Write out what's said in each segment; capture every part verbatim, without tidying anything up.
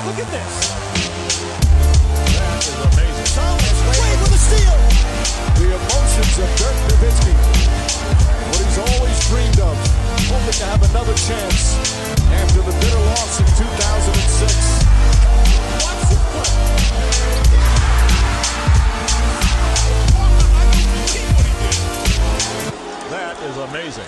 Look at this. That is amazing. Thomas Wade with a steal. The emotions of Dirk Nowitzki. What he's always dreamed of. Hoping to have another chance after the bitter loss in two thousand six. Watch the play. That is amazing.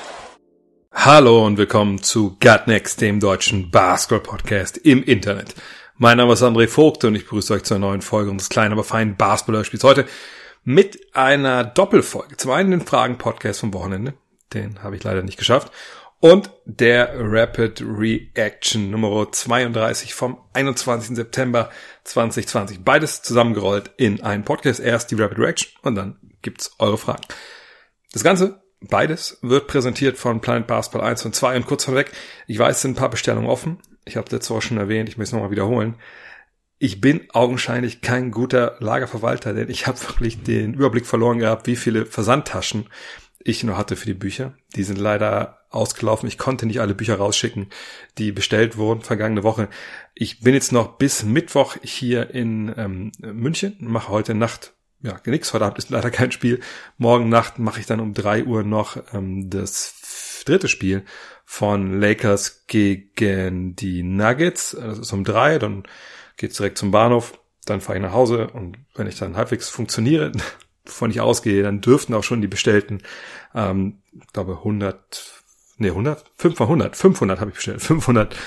Hallo und willkommen zu Gut Next, dem deutschen Basketball-Podcast im Internet. Mein Name ist André Vogt und ich begrüße euch zur neuen Folge unseres kleinen, aber feinen Basketball-Spiels heute mit einer Doppelfolge. Zum einen den Fragen-Podcast vom Wochenende, den habe ich leider nicht geschafft, und der Rapid Reaction Nummer zweiunddreißig vom einundzwanzigsten September zweitausendzwanzig. Beides zusammengerollt in einen Podcast. Erst die Rapid Reaction und dann gibt's eure Fragen. Das Ganze, beides, wird präsentiert von Planet Basketball eins und zwei. Und kurz vorweg, ich weiß, es sind ein paar Bestellungen offen. Ich habe das zwar schon erwähnt, ich muss es nochmal wiederholen. Ich bin augenscheinlich kein guter Lagerverwalter, denn ich habe wirklich den Überblick verloren gehabt, wie viele Versandtaschen ich noch hatte für die Bücher. Die sind leider ausgelaufen. Ich konnte nicht alle Bücher rausschicken, die bestellt wurden vergangene Woche. Ich bin jetzt noch bis Mittwoch hier in ähm, München, mache heute Nacht ja nix. Heute Abend ist leider kein Spiel. Morgen Nacht mache ich dann um drei Uhr noch ähm, das dritte Spiel von Lakers gegen die Nuggets. Das ist um drei, dann geht's direkt zum Bahnhof. Dann fahre ich nach Hause und wenn ich dann halbwegs funktioniere, wovon ich ausgehe, dann dürften auch schon die bestellten, ähm, ich glaube hundert, nee hundert, fünfhundert, fünfhundert habe ich bestellt, fünfhundert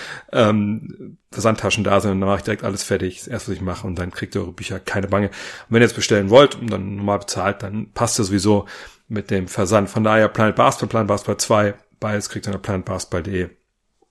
ähm, Versandtaschen da sind und dann mache ich direkt alles fertig, das erste, was ich mache, und dann kriegt ihr eure Bücher, keine Bange. Und wenn ihr jetzt bestellen wollt und dann normal bezahlt, dann passt das sowieso mit dem Versand. Von daher Planet Basketball, Planet Basketball zwei, beides kriegt ihr unter planet basketball punkt de.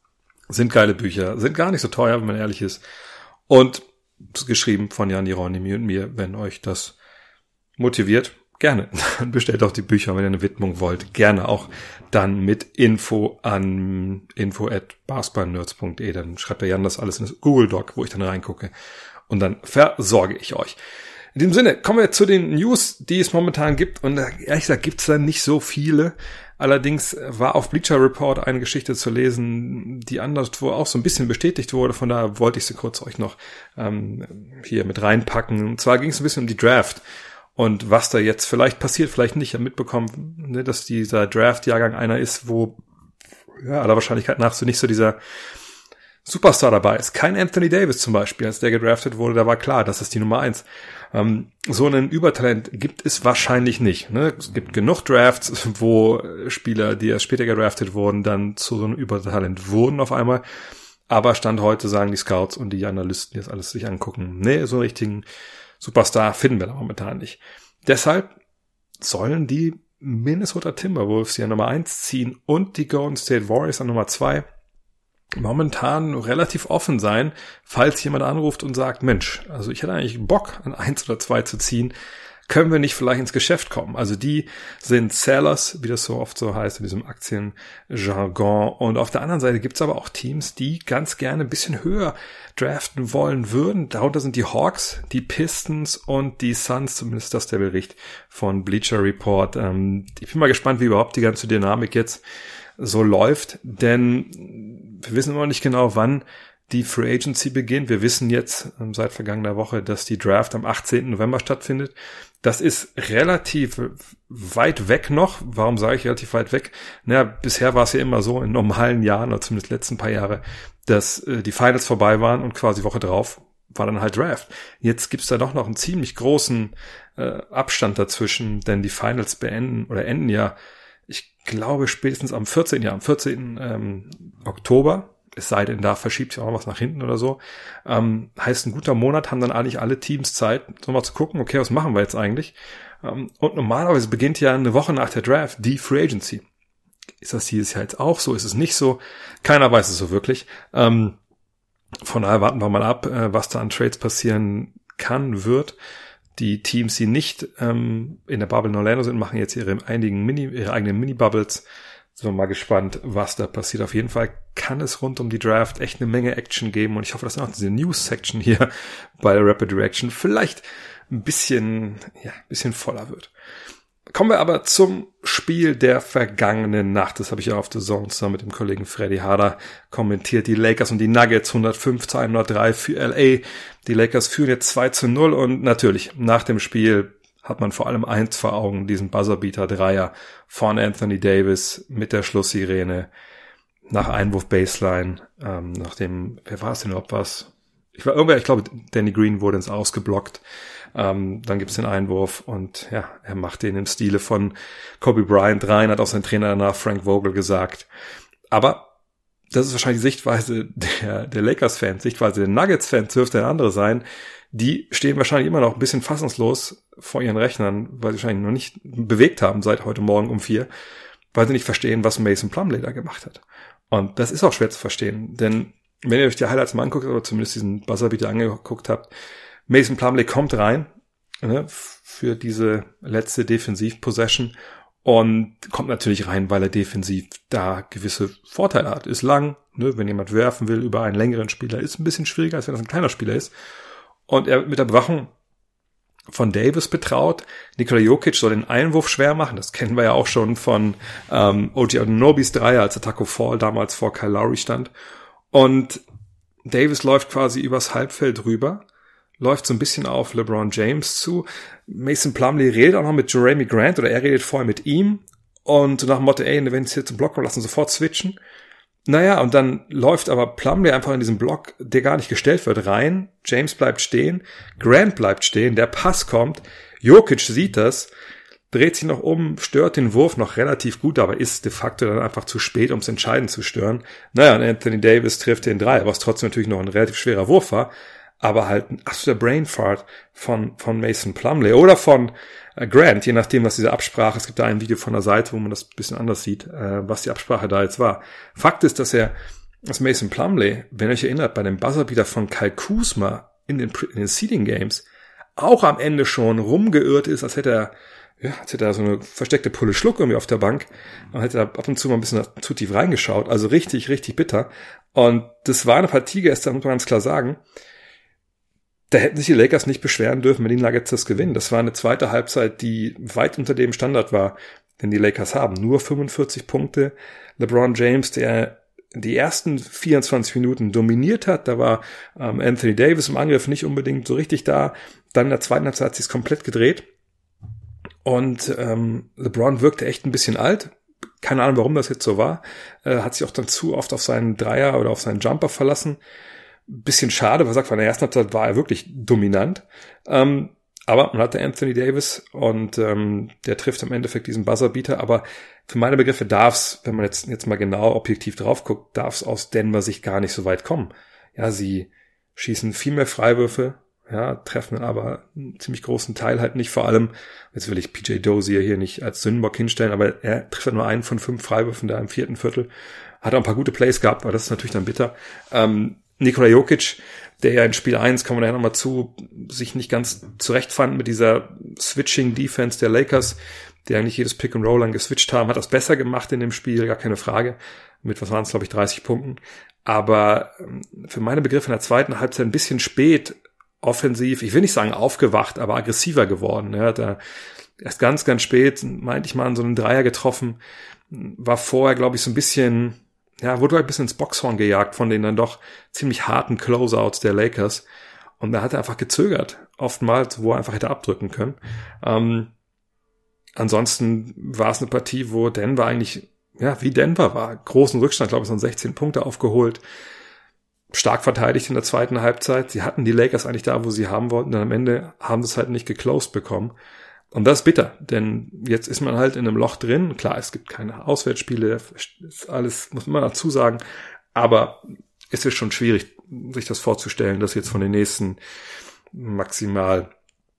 Sind geile Bücher, sind gar nicht so teuer, wenn man ehrlich ist, und geschrieben von Jan Hieronymi und mir. Wenn euch das motiviert, gerne. Dann bestellt auch die Bücher, wenn ihr eine Widmung wollt. Gerne auch dann mit Info an info at basketballnerds punkt de. Dann schreibt der Jan das alles in das Google Doc, wo ich dann reingucke. Und dann versorge ich euch. In diesem Sinne kommen wir zu den News, die es momentan gibt. Und ehrlich gesagt gibt es da nicht so viele. Allerdings war auf Bleacher Report eine Geschichte zu lesen, die anderswo auch so ein bisschen bestätigt wurde. Von daher wollte ich sie kurz euch noch ähm, hier mit reinpacken. Und zwar ging es ein bisschen um die Draft. Und was da jetzt vielleicht passiert, vielleicht nicht. Ich habe mitbekommen, ne, dass dieser Draft-Jahrgang einer ist, wo ja, aller Wahrscheinlichkeit nach so nicht so dieser Superstar dabei ist. Kein Anthony Davis zum Beispiel, als der gedraftet wurde, da war klar, das ist die Nummer eins. Ähm, so einen Übertalent gibt es wahrscheinlich nicht. Ne? Es gibt genug Drafts, wo Spieler, die erst später gedraftet wurden, dann zu so einem Übertalent wurden auf einmal. Aber Stand heute sagen die Scouts und die Analysten, die das alles sich angucken, nee, so einen richtigen Superstar finden wir da momentan nicht. Deshalb sollen die Minnesota Timberwolves hier Nummer eins ziehen und die Golden State Warriors an Nummer zwei momentan relativ offen sein, falls jemand anruft und sagt, Mensch, also ich hätte eigentlich Bock, an eins oder zwei zu ziehen, können wir nicht vielleicht ins Geschäft kommen? Also die sind Sellers, wie das so oft so heißt in diesem Aktienjargon. Und auf der anderen Seite gibt's aber auch Teams, die ganz gerne ein bisschen höher draften wollen würden. Darunter sind die Hawks, die Pistons und die Suns, zumindest das der Bericht von Bleacher Report. Ähm, ich bin mal gespannt, wie überhaupt die ganze Dynamik jetzt so läuft, denn wir wissen immer noch nicht genau, wann die Free Agency beginnt. Wir wissen jetzt ähm, seit vergangener Woche, dass die Draft am achtzehnten November stattfindet. Das ist relativ weit weg noch. Warum sage ich relativ weit weg? Naja, bisher war es ja immer so in normalen Jahren, oder zumindest die letzten paar Jahre, dass äh, die Finals vorbei waren und quasi Woche drauf war dann halt Draft. Jetzt gibt's da doch noch einen ziemlich großen äh, Abstand dazwischen, denn die Finals beenden oder enden ja, ich glaube spätestens am vierzehnten Ja, am vierzehnten Ähm, Oktober. Es sei denn, da verschiebt sich auch noch was nach hinten oder so. Ähm, heißt, ein guter Monat haben dann eigentlich alle Teams Zeit, so mal zu gucken, okay, was machen wir jetzt eigentlich? Ähm, und normalerweise beginnt ja eine Woche nach der Draft die Free Agency. Ist das dieses Jahr jetzt auch so? Ist es nicht so? Keiner weiß es so wirklich. Ähm, von daher warten wir mal ab, äh, was da an Trades passieren kann, wird. Die Teams, die nicht ähm, in der Bubble in Orlando sind, machen jetzt ihre, einigen Mini, ihre eigenen Mini-Bubbles. Sind wir mal gespannt, was da passiert. Auf jeden Fall kann es rund um die Draft echt eine Menge Action geben. Und ich hoffe, dass auch diese News-Section hier bei der Rapid Reaction vielleicht ein bisschen, ja, ein bisschen voller wird. Kommen wir aber zum Spiel der vergangenen Nacht. Das habe ich ja auf The Zone zusammen mit dem Kollegen Freddy Harder kommentiert. Die Lakers und die Nuggets hundertfünf zu hundertdrei für L A. Die Lakers führen jetzt zwei zu null und natürlich nach dem Spiel hat man vor allem eins vor Augen, diesen Buzzerbeater-Dreier von Anthony Davis mit der Schlusssirene nach Einwurf Baseline, ähm, nach dem, wer war es denn überhaupt was? Ich war irgendwer, ich glaube, Danny Green wurde ins Ausgeblockt. Ähm, dann gibt's den Einwurf und ja, er macht den im Stile von Kobe Bryant rein, hat auch sein Trainer danach Frank Vogel gesagt. Aber das ist wahrscheinlich die Sichtweise der, der Lakers-Fans, Sichtweise der Nuggets-Fans dürfte eine andere sein. Die stehen wahrscheinlich immer noch ein bisschen fassungslos vor ihren Rechnern, weil sie wahrscheinlich noch nicht bewegt haben seit heute Morgen um vier, weil sie nicht verstehen, was Mason Plumlee da gemacht hat. Und das ist auch schwer zu verstehen, denn wenn ihr euch die Highlights mal anguckt, oder zumindest diesen Buzzerbeater angeguckt habt, Mason Plumlee kommt rein, ne, für diese letzte Defensiv-Possession und kommt natürlich rein, weil er defensiv da gewisse Vorteile hat. Ist lang, ne, wenn jemand werfen will über einen längeren Spieler, ist ein bisschen schwieriger, als wenn das ein kleiner Spieler ist. Und er wird mit der Bewachung von Davis betraut. Nikola Jokic soll den Einwurf schwer machen. Das kennen wir ja auch schon von ähm, O G Anunobys Dreier, als der Taco Fall damals vor Kyle Lowry stand. Und Davis läuft quasi übers Halbfeld rüber, läuft so ein bisschen auf LeBron James zu. Mason Plumlee redet auch noch mit Jeremy Grant, oder er redet vorher mit ihm. Und so nach dem Motto, ey, wenn es hier zum Block kommt, lassen sofort switchen. Naja, und dann läuft aber Plumlee einfach in diesen Block, der gar nicht gestellt wird, rein. James bleibt stehen, Grant bleibt stehen, der Pass kommt, Jokic sieht das, dreht sich noch um, stört den Wurf noch relativ gut, aber ist de facto dann einfach zu spät, um es entscheidend zu stören. Naja, und Anthony Davis trifft den Dreier, was trotzdem natürlich noch ein relativ schwerer Wurf war, aber halt ein absoluter Brainfart von, von Mason Plumlee oder von äh, Grant, je nachdem, was diese Absprache, es gibt da ein Video von der Seite, wo man das ein bisschen anders sieht, äh, was die Absprache da jetzt war. Fakt ist, dass er, dass Mason Plumlee, wenn ihr euch erinnert, bei dem Buzzerbeater von Kyle Kuzma in den, in den Seeding Games auch am Ende schon rumgeirrt ist, als hätte er ja, als hätte er so eine versteckte Pulle Schluck irgendwie auf der Bank und hätte da ab und zu mal ein bisschen zu tief reingeschaut. Also richtig, richtig bitter. Und das war eine Partie gestern, muss man ganz klar sagen, da hätten sich die Lakers nicht beschweren dürfen, wenn die Nuggets das gewinnen. Das war eine zweite Halbzeit, die weit unter dem Standard war, den die Lakers haben. Nur fünfundvierzig Punkte. LeBron James, der die ersten vierundzwanzig Minuten dominiert hat. Da war ähm, Anthony Davis im Angriff nicht unbedingt so richtig da. Dann in der zweiten Halbzeit hat sich es komplett gedreht. Und ähm, LeBron wirkte echt ein bisschen alt. Keine Ahnung, warum das jetzt so war. Äh, hat sich auch dann zu oft auf seinen Dreier oder auf seinen Jumper verlassen. Bisschen schade, weil er sagt, in der ersten Halbzeit war er wirklich dominant. Ähm, aber man hatte Anthony Davis und ähm, der trifft im Endeffekt diesen Buzzerbeater. Aber für meine Begriffe darf's, wenn man jetzt jetzt mal genau objektiv drauf guckt, darf's aus Denver sich gar nicht so weit kommen. Ja, sie schießen viel mehr Freiwürfe, ja, treffen dann aber einen ziemlich großen Teil halt nicht. Vor allem, jetzt will ich P J Dozier hier nicht als Sündenbock hinstellen, aber er trifft nur einen von fünf Freiwürfen da im vierten Viertel. Hat auch ein paar gute Plays gehabt, aber das ist natürlich dann bitter. Ähm, Nikola Jokic, der ja in Spiel eins, kommen wir da nochmal zu, sich nicht ganz zurechtfand mit dieser Switching-Defense der Lakers, die eigentlich jedes Pick and Roll lang geswitcht haben, hat das besser gemacht in dem Spiel, gar keine Frage. Mit, was waren es, glaube ich, dreißig Punkten. Aber für meine Begriffe in der zweiten Halbzeit ein bisschen spät offensiv, ich will nicht sagen aufgewacht, aber aggressiver geworden. Er hat da erst ganz, ganz spät, meinte ich mal, an so einen Dreier getroffen, war vorher, glaube ich, so ein bisschen... Ja, wurde halt ein bisschen ins Boxhorn gejagt von den dann doch ziemlich harten Closeouts der Lakers. Und da hat er einfach gezögert. Oftmals, wo er einfach hätte abdrücken können. Ähm, ansonsten war es eine Partie, wo Denver eigentlich, ja, wie Denver war. Großen Rückstand, glaube ich, sind sechzehn Punkte aufgeholt. Stark verteidigt in der zweiten Halbzeit. Sie hatten die Lakers eigentlich da, wo sie haben wollten. Dann am Ende haben sie es halt nicht geclosed bekommen. Und das ist bitter, denn jetzt ist man halt in einem Loch drin. Klar, es gibt keine Auswärtsspiele, ist alles, muss man dazu sagen. Aber es ist schon schwierig, sich das vorzustellen, dass jetzt von den nächsten maximal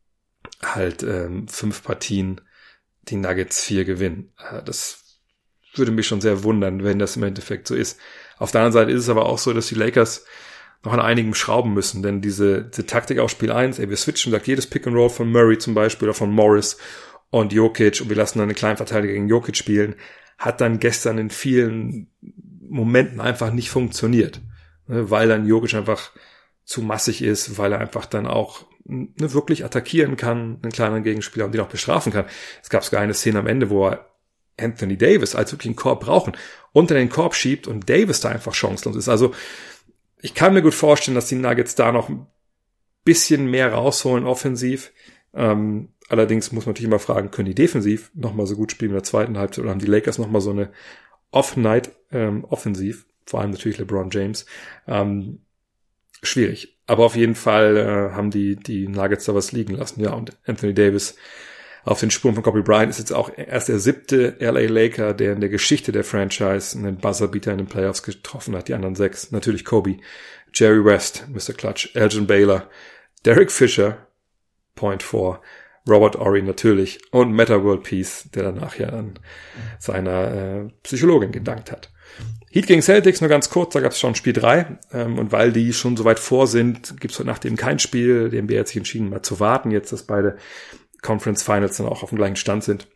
halt ähm, fünf Partien die Nuggets vier gewinnen. Das würde mich schon sehr wundern, wenn das im Endeffekt so ist. Auf der anderen Seite ist es aber auch so, dass die Lakers noch an einigen schrauben müssen, denn diese, diese Taktik aus Spiel eins, ey, wir switchen, sagt jedes Pick and Roll von Murray zum Beispiel oder von Morris und Jokic und wir lassen dann einen kleinen Verteidiger gegen Jokic spielen, hat dann gestern in vielen Momenten einfach nicht funktioniert, weil dann Jokic einfach zu massig ist, weil er einfach dann auch ne, wirklich attackieren kann, einen kleineren Gegenspieler und den auch bestrafen kann. Es gab sogar eine Szene am Ende, wo er Anthony Davis als wirklich einen Korb brauchen, unter den Korb schiebt und Davis da einfach chancenlos ist. Also ich kann mir gut vorstellen, dass die Nuggets da noch ein bisschen mehr rausholen offensiv. Ähm, allerdings muss man natürlich immer fragen, können die defensiv nochmal so gut spielen in der zweiten Halbzeit oder haben die Lakers nochmal so eine Off-Night ähm, offensiv, vor allem natürlich LeBron James. Ähm, schwierig. Aber auf jeden Fall äh, haben die die Nuggets da was liegen lassen. Ja, und Anthony Davis auf den Spuren von Kobe Bryant ist jetzt auch erst der siebte L A Laker, der in der Geschichte der Franchise einen Buzzerbeater in den Playoffs getroffen hat. Die anderen sechs, natürlich Kobe, Jerry West, Mister Clutch, Elgin Baylor, Derek Fisher, Point Four, Robert Horry natürlich und Metta World Peace, der danach ja an seiner äh, Psychologin gedankt hat. Heat gegen Celtics, nur ganz kurz, da gab es schon Spiel drei ähm, und weil die schon so weit vor sind, gibt es heute Nacht eben kein Spiel. Die N B A hat sich entschieden, mal zu warten, jetzt, dass beide Conference Finals dann auch auf dem gleichen Stand sind.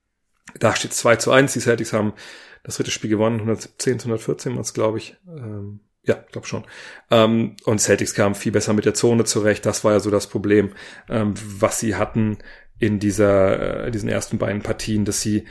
Da steht zwei zu eins. Die Celtics haben das dritte Spiel gewonnen, hundertsiebzehn zu hundertvierzehn war es, glaube ich. Ähm, ja, glaube schon. Ähm, und Celtics kamen viel besser mit der Zone zurecht. Das war ja so das Problem, ähm, was sie hatten in dieser, äh, diesen ersten beiden Partien, dass sie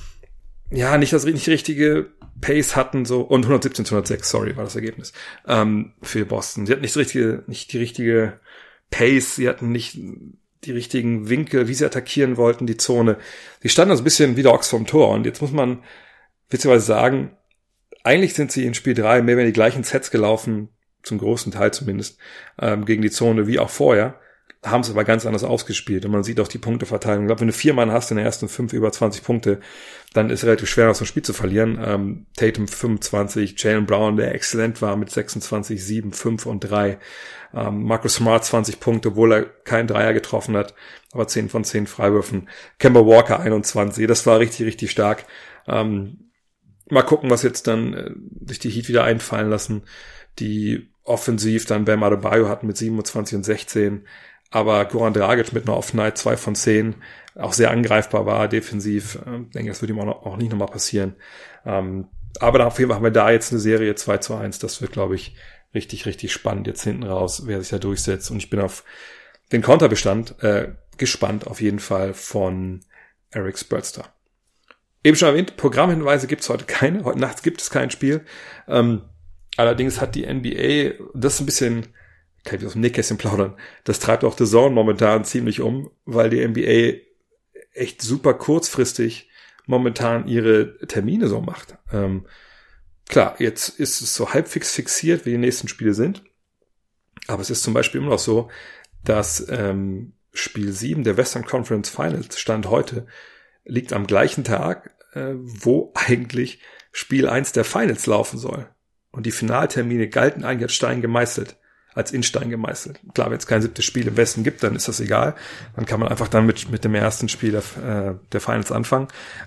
ja nicht das nicht die richtige Pace hatten, so, und hundertsiebzehn zu hundertsechs, sorry, war das Ergebnis, ähm, für Boston. Sie hatten nicht die richtige, nicht die richtige Pace, sie hatten nicht die richtigen Winkel, wie sie attackieren wollten, die Zone. Sie standen also ein bisschen wie der Ochs vom Tor. Und jetzt muss man witzigerweise sagen, eigentlich sind sie in Spiel drei mehr oder weniger die gleichen Sets gelaufen, zum großen Teil zumindest, ähm, gegen die Zone wie auch vorher, haben es aber ganz anders ausgespielt. Und man sieht auch die Punkteverteilung. Ich glaube, wenn du vier Mann hast in den ersten fünf über zwanzig Punkte, dann ist es relativ schwer, aus dem Spiel zu verlieren. Ähm, Tatum fünfundzwanzig, Jaylen Brown, der exzellent war mit sechsundzwanzig, sieben, fünf und drei. Ähm, Marcus Smart zwanzig Punkte, obwohl er keinen Dreier getroffen hat, aber zehn von zehn Freiwürfen. Kemba Walker einundzwanzig, das war richtig, richtig stark. Ähm, mal gucken, was jetzt dann äh, sich die Heat wieder einfallen lassen, die offensiv dann Bam Adebayo hatten mit siebenundzwanzig und sechzehn, aber Goran Dragic mit einer Off-Night zwei von zehn auch sehr angreifbar war, defensiv. Ähm, ich denke, das wird ihm auch, noch, auch nicht nochmal passieren. Ähm, aber da auf jeden Fall haben wir da jetzt eine Serie zwei zu eins, das wird, glaube ich, richtig, richtig spannend jetzt hinten raus, wer sich da durchsetzt. Und ich bin auf den Konterbestand äh, gespannt, auf jeden Fall von Eric Spoelstra. Eben schon erwähnt, Programmhinweise gibt es heute keine. Heute Nacht gibt es kein Spiel. Ähm, allerdings hat die N B A, das ist ein bisschen, kann ich aus dem Nähkästchen plaudern, das treibt auch The Zone momentan ziemlich um, weil die N B A echt super kurzfristig momentan ihre Termine so macht. Ähm, Klar, jetzt ist es so halbfix fixiert, wie die nächsten Spiele sind. Aber es ist zum Beispiel immer noch so, dass ähm, Spiel sieben der Western Conference Finals, Stand heute, liegt am gleichen Tag, äh, wo eigentlich Spiel eins der Finals laufen soll. Und die Finaltermine galten eigentlich als Stein gemeißelt, als in Stein gemeißelt. Klar, wenn es kein siebtes Spiel im Westen gibt, dann ist das egal. Dann kann man einfach dann mit, mit dem ersten Spiel der, äh, der Finals anfangen.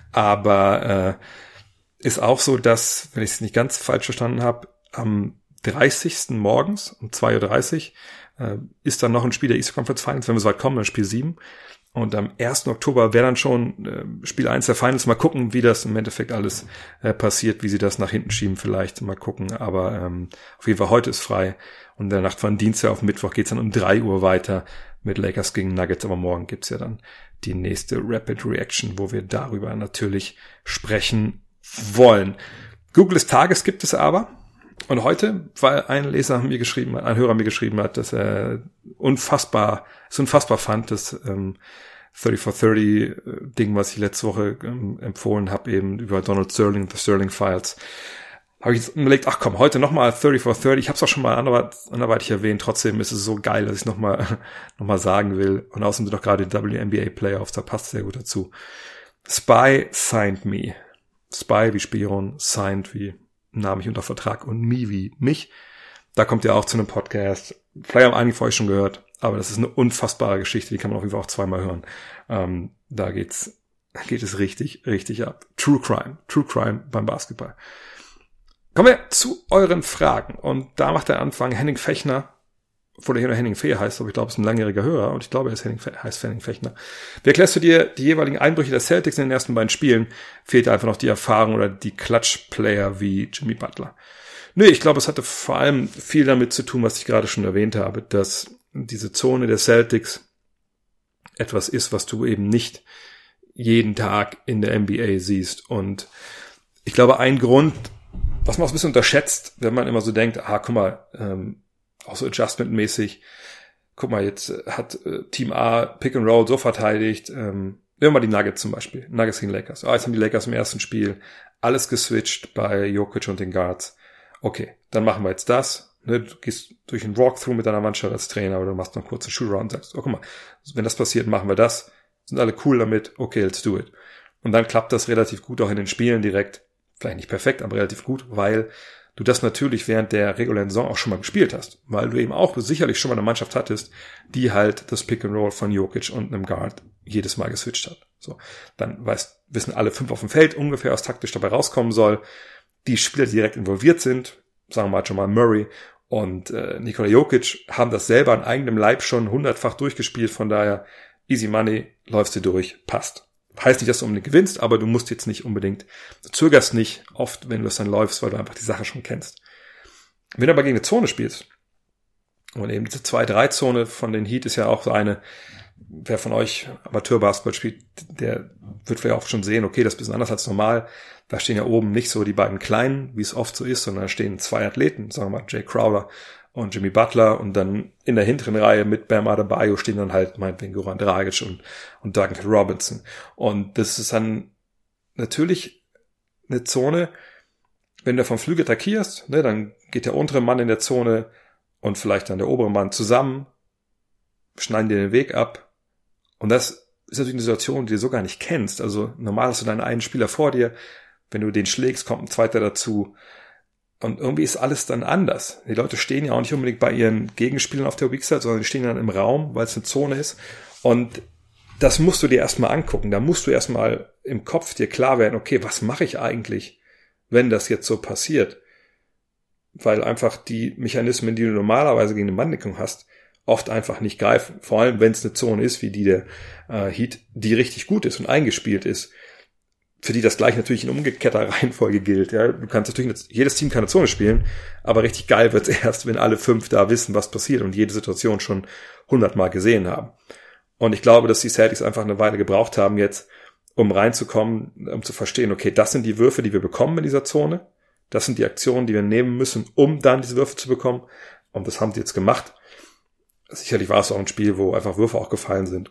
Aber äh, ist auch so, dass, wenn ich es nicht ganz falsch verstanden habe, am dreißigsten morgens um zwei Uhr dreißig äh, ist dann noch ein Spiel der Eastern Conference Finals, wenn wir so weit kommen, dann Spiel sieben. Und am ersten Oktober wäre dann schon äh, Spiel eins der Finals. Mal gucken, wie das im Endeffekt alles äh, passiert, wie sie das nach hinten schieben vielleicht. Mal gucken, aber ähm, auf jeden Fall heute ist frei. Und in der Nacht von Dienstag auf Mittwoch geht's dann um drei Uhr weiter mit Lakers gegen Nuggets. Aber morgen gibt's ja dann die nächste Rapid Reaction, wo wir darüber natürlich sprechen wollen. Google des Tages gibt es aber. Und heute, weil ein Leser mir geschrieben hat, ein Hörer mir geschrieben hat, dass er unfassbar, es unfassbar fand, das ähm, thirty for thirty Ding, was ich letzte Woche ähm, empfohlen habe, eben über Donald Sterling, The Sterling Files, habe ich jetzt überlegt, ach komm, heute nochmal thirty for thirty. Ich habe es auch schon mal anderweitig erwähnt, trotzdem ist es so geil, dass ich nochmal noch mal sagen will. Und außerdem sind doch gerade die W N B A Playoffs, da passt sehr gut dazu. Spy signed me. Spy wie Spion, signed wie nahm ich unter Vertrag und me wie mich. Da kommt ihr auch zu einem Podcast. Vielleicht haben einige von euch schon gehört, aber das ist eine unfassbare Geschichte, die kann man auf jeden Fall auch zweimal hören. Ähm, da geht's, geht es richtig, richtig ab. True Crime, True Crime beim Basketball. Kommen wir zu euren Fragen. Und da macht der Anfang Henning Fechner, obwohl er hier nur Henning Fee heißt, aber ich glaube, es ist ein langjähriger Hörer und ich glaube, er ist Henning, heißt Henning Fechner. Wie erklärst du dir die jeweiligen Einbrüche der Celtics in den ersten beiden Spielen? Fehlt einfach noch die Erfahrung oder die Clutch-Player wie Jimmy Butler? Nö, ich glaube, es hatte vor allem viel damit zu tun, was ich gerade schon erwähnt habe, dass diese Zone der Celtics etwas ist, was du eben nicht jeden Tag in der N B A siehst. Und ich glaube, ein Grund, was man auch ein bisschen unterschätzt, wenn man immer so denkt, ah, guck mal, ähm, auch so adjustmentmäßig, guck mal, jetzt hat äh, Team A Pick and Roll so verteidigt, ähm, nehmen wir mal die Nuggets zum Beispiel, Nuggets gegen Lakers. Ah, jetzt haben die Lakers im ersten Spiel alles geswitcht bei Jokic und den Guards. Okay, dann machen wir jetzt das. Ne, du gehst durch einen Walkthrough mit deiner Mannschaft als Trainer oder du machst noch kurz einen Shootaround und sagst, oh, guck mal, wenn das passiert, machen wir das. Sind alle cool damit, okay, let's do it. Und dann klappt das relativ gut auch in den Spielen direkt. Vielleicht nicht perfekt, aber relativ gut, weil du das natürlich während der regulären Saison auch schon mal gespielt hast. Weil du eben auch sicherlich schon mal eine Mannschaft hattest, die halt das Pick and Roll von Jokic und einem Guard jedes Mal geswitcht hat. So, dann weißt, wissen alle fünf auf dem Feld ungefähr, was taktisch dabei rauskommen soll. Die Spieler, die direkt involviert sind, sagen wir mal Jamal Murray und äh, Nikola Jokic, haben das selber an eigenem Leib schon hundertfach durchgespielt. Von daher, easy money, läufst du durch, passt. Heißt nicht, dass du unbedingt gewinnst, aber du musst jetzt nicht unbedingt, du zögerst nicht oft, wenn du es dann läufst, weil du einfach die Sache schon kennst. Wenn du aber gegen eine Zone spielst, und eben diese zwei drei Zone von den Heat ist ja auch so eine, wer von euch Amateurbasketball spielt, der wird vielleicht auch schon sehen, okay, das ist ein bisschen anders als normal. Da stehen ja oben nicht so die beiden Kleinen, wie es oft so ist, sondern da stehen zwei Athleten, sagen wir mal Jay Crowder und Jimmy Butler, und dann in der hinteren Reihe mit Bam Adebayo stehen dann halt meinetwegen Goran Dragic und, und Duncan Robinson. Und das ist dann natürlich eine Zone, wenn du vom Flügel attackierst, ne, dann geht der untere Mann in der Zone und vielleicht dann der obere Mann zusammen, schneiden dir den Weg ab. Und das ist natürlich eine Situation, die du so gar nicht kennst. Also normal hast du deinen einen Spieler vor dir, wenn du den schlägst, kommt ein zweiter dazu. Und irgendwie ist alles dann anders. Die Leute stehen ja auch nicht unbedingt bei ihren Gegenspielern auf der Weak Side, sondern die stehen dann im Raum, weil es eine Zone ist. Und das musst du dir erstmal angucken. Da musst du erstmal im Kopf dir klar werden, okay, was mache ich eigentlich, wenn das jetzt so passiert? Weil einfach die Mechanismen, die du normalerweise gegen eine Manndeckung hast, oft einfach nicht greifen. Vor allem, wenn es eine Zone ist, wie die der äh, Heat, die richtig gut ist und eingespielt ist, für die das gleich natürlich in umgekehrter Reihenfolge gilt. Ja, du kannst natürlich, jedes Team kann eine Zone spielen, aber richtig geil wird's erst, wenn alle fünf da wissen, was passiert und jede Situation schon hundertmal gesehen haben. Und ich glaube, dass die Celtics einfach eine Weile gebraucht haben jetzt, um reinzukommen, um zu verstehen, okay, das sind die Würfe, die wir bekommen in dieser Zone. Das sind die Aktionen, die wir nehmen müssen, um dann diese Würfe zu bekommen. Und das haben sie jetzt gemacht. Sicherlich war es auch ein Spiel, wo einfach Würfe auch gefallen sind.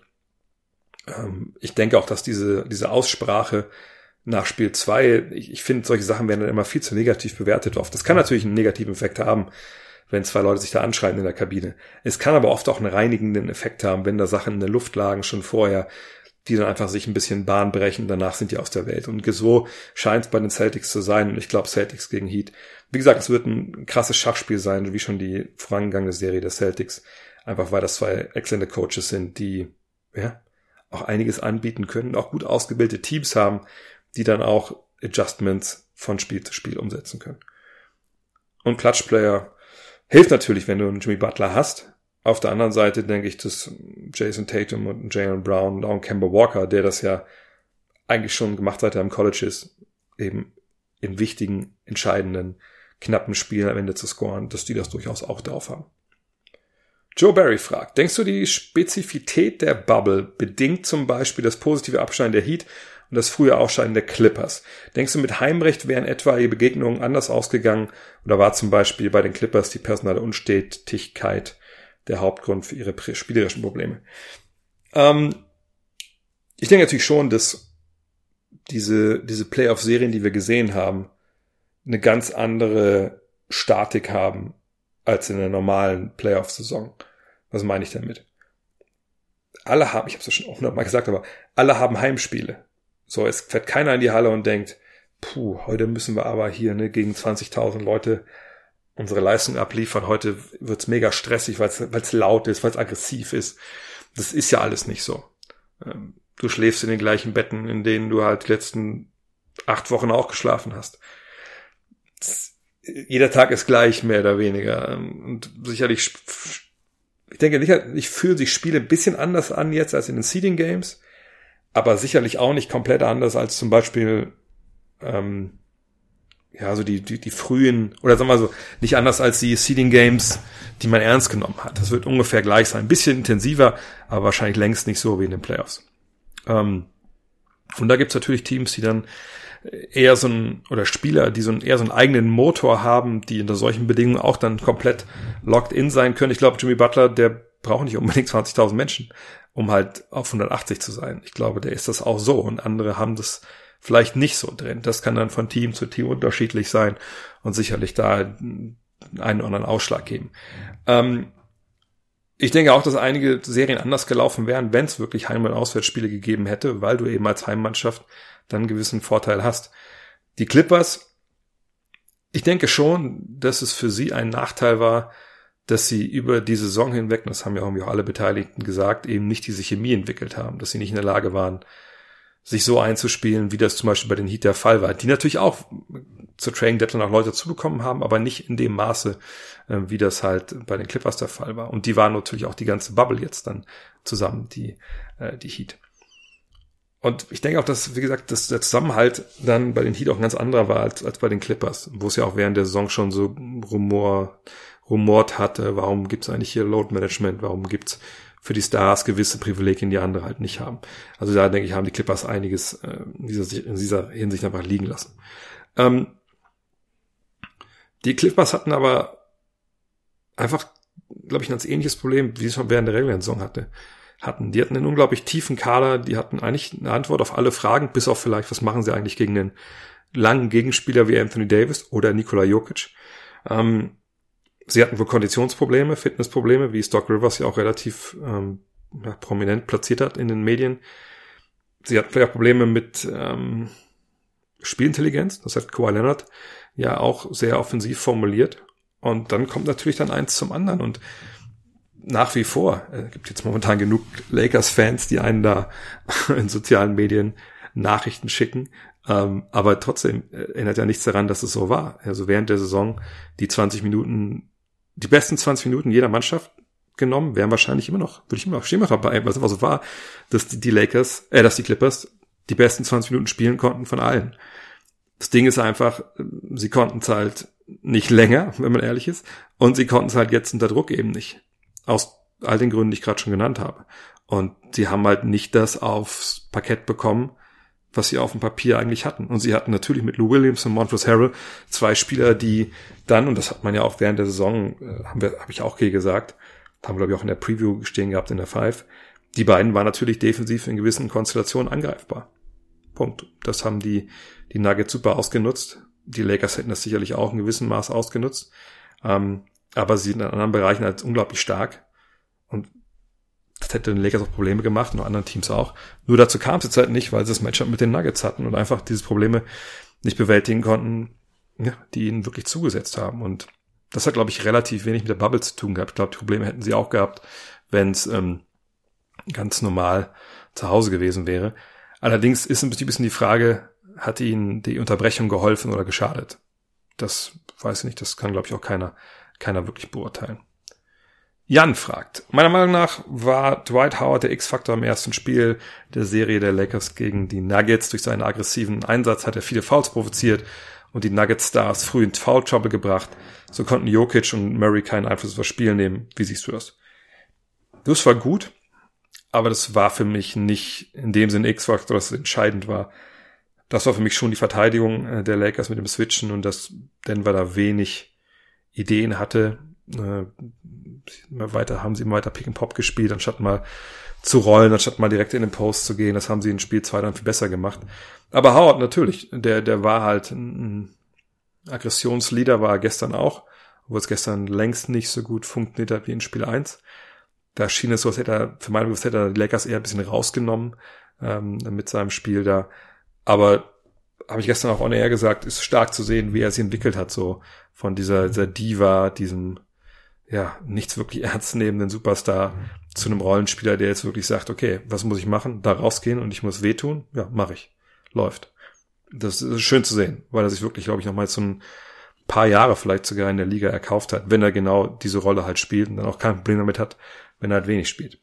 Ähm, ich denke auch, dass diese, diese Aussprache nach Spiel zwei, ich, ich finde, solche Sachen werden dann immer viel zu negativ bewertet oft. Das kann natürlich einen negativen Effekt haben, wenn zwei Leute sich da anschreien in der Kabine. Es kann aber oft auch einen reinigenden Effekt haben, wenn da Sachen in der Luft lagen schon vorher, die dann einfach sich ein bisschen Bahn brechen, danach sind die aus der Welt. Und so scheint es bei den Celtics zu sein. Und ich glaube, Celtics gegen Heat. Wie gesagt, es wird ein krasses Schachspiel sein, wie schon die vorangegangene Serie der Celtics. Einfach weil das zwei exzellente Coaches sind, die ja auch einiges anbieten können, auch gut ausgebildete Teams haben, die dann auch Adjustments von Spiel zu Spiel umsetzen können. Und Clutch-Player hilft natürlich, wenn du einen Jimmy Butler hast. Auf der anderen Seite denke ich, dass Jason Tatum und Jaylen Brown und auch Kemba Walker, der das ja eigentlich schon gemacht hat, seit er im College ist, eben in wichtigen, entscheidenden, knappen Spielen am Ende zu scoren, dass die das durchaus auch drauf haben. Joe Barry fragt, denkst du, die Spezifität der Bubble bedingt zum Beispiel das positive Abschneiden der Heat und das frühe Ausscheiden der Clippers? Denkst du, mit Heimrecht wären etwaige Begegnungen anders ausgegangen oder war zum Beispiel bei den Clippers die personelle Unstetigkeit der Hauptgrund für ihre spielerischen Probleme? Ähm, ich denke natürlich schon, dass diese, diese Playoff-Serien, die wir gesehen haben, eine ganz andere Statik haben als in der normalen Playoff-Saison. Was meine ich damit? Alle haben, ich habe es ja schon hundertmal gesagt, aber alle haben Heimspiele. So, es fährt keiner in die Halle und denkt, puh, heute müssen wir aber hier ne, gegen zwanzigtausend Leute unsere Leistung abliefern. Heute wird's mega stressig, weil es laut ist, weil es aggressiv ist. Das ist ja alles nicht so. Du schläfst in den gleichen Betten, in denen du halt die letzten acht Wochen auch geschlafen hast. Das, jeder Tag ist gleich, mehr oder weniger. Und sicherlich, ich denke, ich fühle sich Spiele ein bisschen anders an jetzt als in den Seeding Games, aber sicherlich auch nicht komplett anders als zum Beispiel ähm, ja, so die, die, die frühen, oder sagen wir so, nicht anders als die Seeding Games, die man ernst genommen hat. Das wird ungefähr gleich sein. Ein bisschen intensiver, aber wahrscheinlich längst nicht so wie in den Playoffs. Ähm, und da gibt's natürlich Teams, die dann eher so ein, oder Spieler, die so ein, eher so einen eigenen Motor haben, die unter solchen Bedingungen auch dann komplett locked in sein können. Ich glaube, Jimmy Butler, der braucht nicht unbedingt zwanzigtausend Menschen, um halt auf hundertachtzig zu sein. Ich glaube, der ist das auch so, und andere haben das vielleicht nicht so drin. Das kann dann von Team zu Team unterschiedlich sein und sicherlich da einen oder anderen Ausschlag geben. Ähm, ich denke auch, dass einige Serien anders gelaufen wären, wenn es wirklich Heim- und Auswärtsspiele gegeben hätte, weil du eben als Heimmannschaft dann einen gewissen Vorteil hast. Die Clippers, ich denke schon, dass es für sie ein Nachteil war, dass sie über die Saison hinweg, und das haben ja irgendwie auch alle Beteiligten gesagt, eben nicht diese Chemie entwickelt haben, dass sie nicht in der Lage waren, sich so einzuspielen, wie das zum Beispiel bei den Heat der Fall war, die natürlich auch zur Trading Deadline auch Leute zubekommen haben, aber nicht in dem Maße, wie das halt bei den Clippers der Fall war. Und die waren natürlich auch die ganze Bubble jetzt dann zusammen, die, die Heat. Und ich denke auch, dass, wie gesagt, dass der Zusammenhalt dann bei den Heat auch ein ganz anderer war als, als bei den Clippers, wo es ja auch während der Saison schon so Rumor, rumort hatte, warum gibt's eigentlich hier Load Management, warum gibt's für die Stars gewisse Privilegien, die andere halt nicht haben. Also da, denke ich, haben die Clippers einiges äh, in, dieser, in dieser Hinsicht einfach liegen lassen. Ähm, die Clippers hatten aber einfach, glaube ich, ein ganz ähnliches Problem, wie sie schon während der regulären Saison hatte. hatten. Die hatten einen unglaublich tiefen Kader, die hatten eigentlich eine Antwort auf alle Fragen, bis auf vielleicht, was machen sie eigentlich gegen einen langen Gegenspieler wie Anthony Davis oder Nikola Jokic. Ähm, sie hatten wohl Konditionsprobleme, Fitnessprobleme, wie es Doc Rivers ja auch relativ ähm, ja, prominent platziert hat in den Medien. Sie hatten vielleicht auch Probleme mit ähm, Spielintelligenz, das hat Kawhi Leonard ja auch sehr offensiv formuliert. Und dann kommt natürlich dann eins zum anderen. Und nach wie vor, es gibt jetzt momentan genug Lakers-Fans, die einen da in sozialen Medien Nachrichten schicken. Ähm, aber trotzdem erinnert ja nichts daran, dass es so war. Also während der Saison die zwanzig Minuten, die besten zwanzig Minuten jeder Mannschaft genommen, wären wahrscheinlich immer noch, würde ich immer noch, stehen wir dabei, was immer so war, dass die, die Lakers, äh, dass die Clippers die besten zwanzig Minuten spielen konnten von allen. Das Ding ist einfach, sie konnten es halt nicht länger, wenn man ehrlich ist, und sie konnten es halt jetzt unter Druck eben nicht. Aus all den Gründen, die ich gerade schon genannt habe. Und sie haben halt nicht das aufs Parkett bekommen, was sie auf dem Papier eigentlich hatten. Und sie hatten natürlich mit Lou Williams und Montrezl Harrell zwei Spieler, die dann, und das hat man ja auch während der Saison, äh, haben wir, habe ich auch gesagt, haben wir glaube ich auch in der Preview stehen gehabt in der Five, die beiden waren natürlich defensiv in gewissen Konstellationen angreifbar. Punkt. Das haben die, die Nuggets super ausgenutzt. Die Lakers hätten das sicherlich auch in gewissem Maß ausgenutzt. Ähm, aber sie sind in anderen Bereichen halt unglaublich stark. Und das hätte den Lakers auch Probleme gemacht und anderen Teams auch. Nur dazu kam es jetzt halt nicht, weil sie das Matchup mit den Nuggets hatten und einfach diese Probleme nicht bewältigen konnten, ja, die ihnen wirklich zugesetzt haben. Und das hat, glaube ich, relativ wenig mit der Bubble zu tun gehabt. Ich glaube, die Probleme hätten sie auch gehabt, wenn es ähm, ganz normal zu Hause gewesen wäre. Allerdings ist ein bisschen die Frage, hat ihnen die Unterbrechung geholfen oder geschadet? Das weiß ich nicht, das kann, glaube ich, auch keiner, keiner wirklich beurteilen. Jan fragt, meiner Meinung nach war Dwight Howard der X-Faktor im ersten Spiel der Serie der Lakers gegen die Nuggets. Durch seinen aggressiven Einsatz hat er viele Fouls provoziert und die Nuggets-Stars früh in Foul-Trouble gebracht. So konnten Jokic und Murray keinen Einfluss auf das Spiel nehmen. Wie siehst du das? Das war gut, aber das war für mich nicht in dem Sinne X-Faktor, dass es entscheidend war. Das war für mich schon die Verteidigung der Lakers mit dem Switchen und dass Denver da wenig Ideen hatte. Äh, weiter haben sie immer weiter Pick and Pop gespielt, anstatt mal zu rollen, anstatt mal direkt in den Post zu gehen. Das haben sie in Spiel zwei dann viel besser gemacht. Aber Howard natürlich, der der war halt ein Aggressionsleader, war er gestern auch, obwohl es gestern längst nicht so gut funktioniert hat wie in Spiel eins. Da schien es so, als hätte er, für meine Begriffe, hätte er die Lakers eher ein bisschen rausgenommen ähm, mit seinem Spiel da. Aber habe ich gestern auch on air gesagt, ist stark zu sehen, wie er sich entwickelt hat, so von dieser, dieser Diva, diesem ja, nichts wirklich ernst nehmenden Superstar zu einem Rollenspieler, der jetzt wirklich sagt, okay, was muss ich machen? Da rausgehen und ich muss wehtun? Ja, mache ich. Läuft. Das ist schön zu sehen, weil er sich wirklich, glaube ich, noch mal so ein paar Jahre vielleicht sogar in der Liga erkauft hat, wenn er genau diese Rolle halt spielt und dann auch kein Problem damit hat, wenn er halt wenig spielt.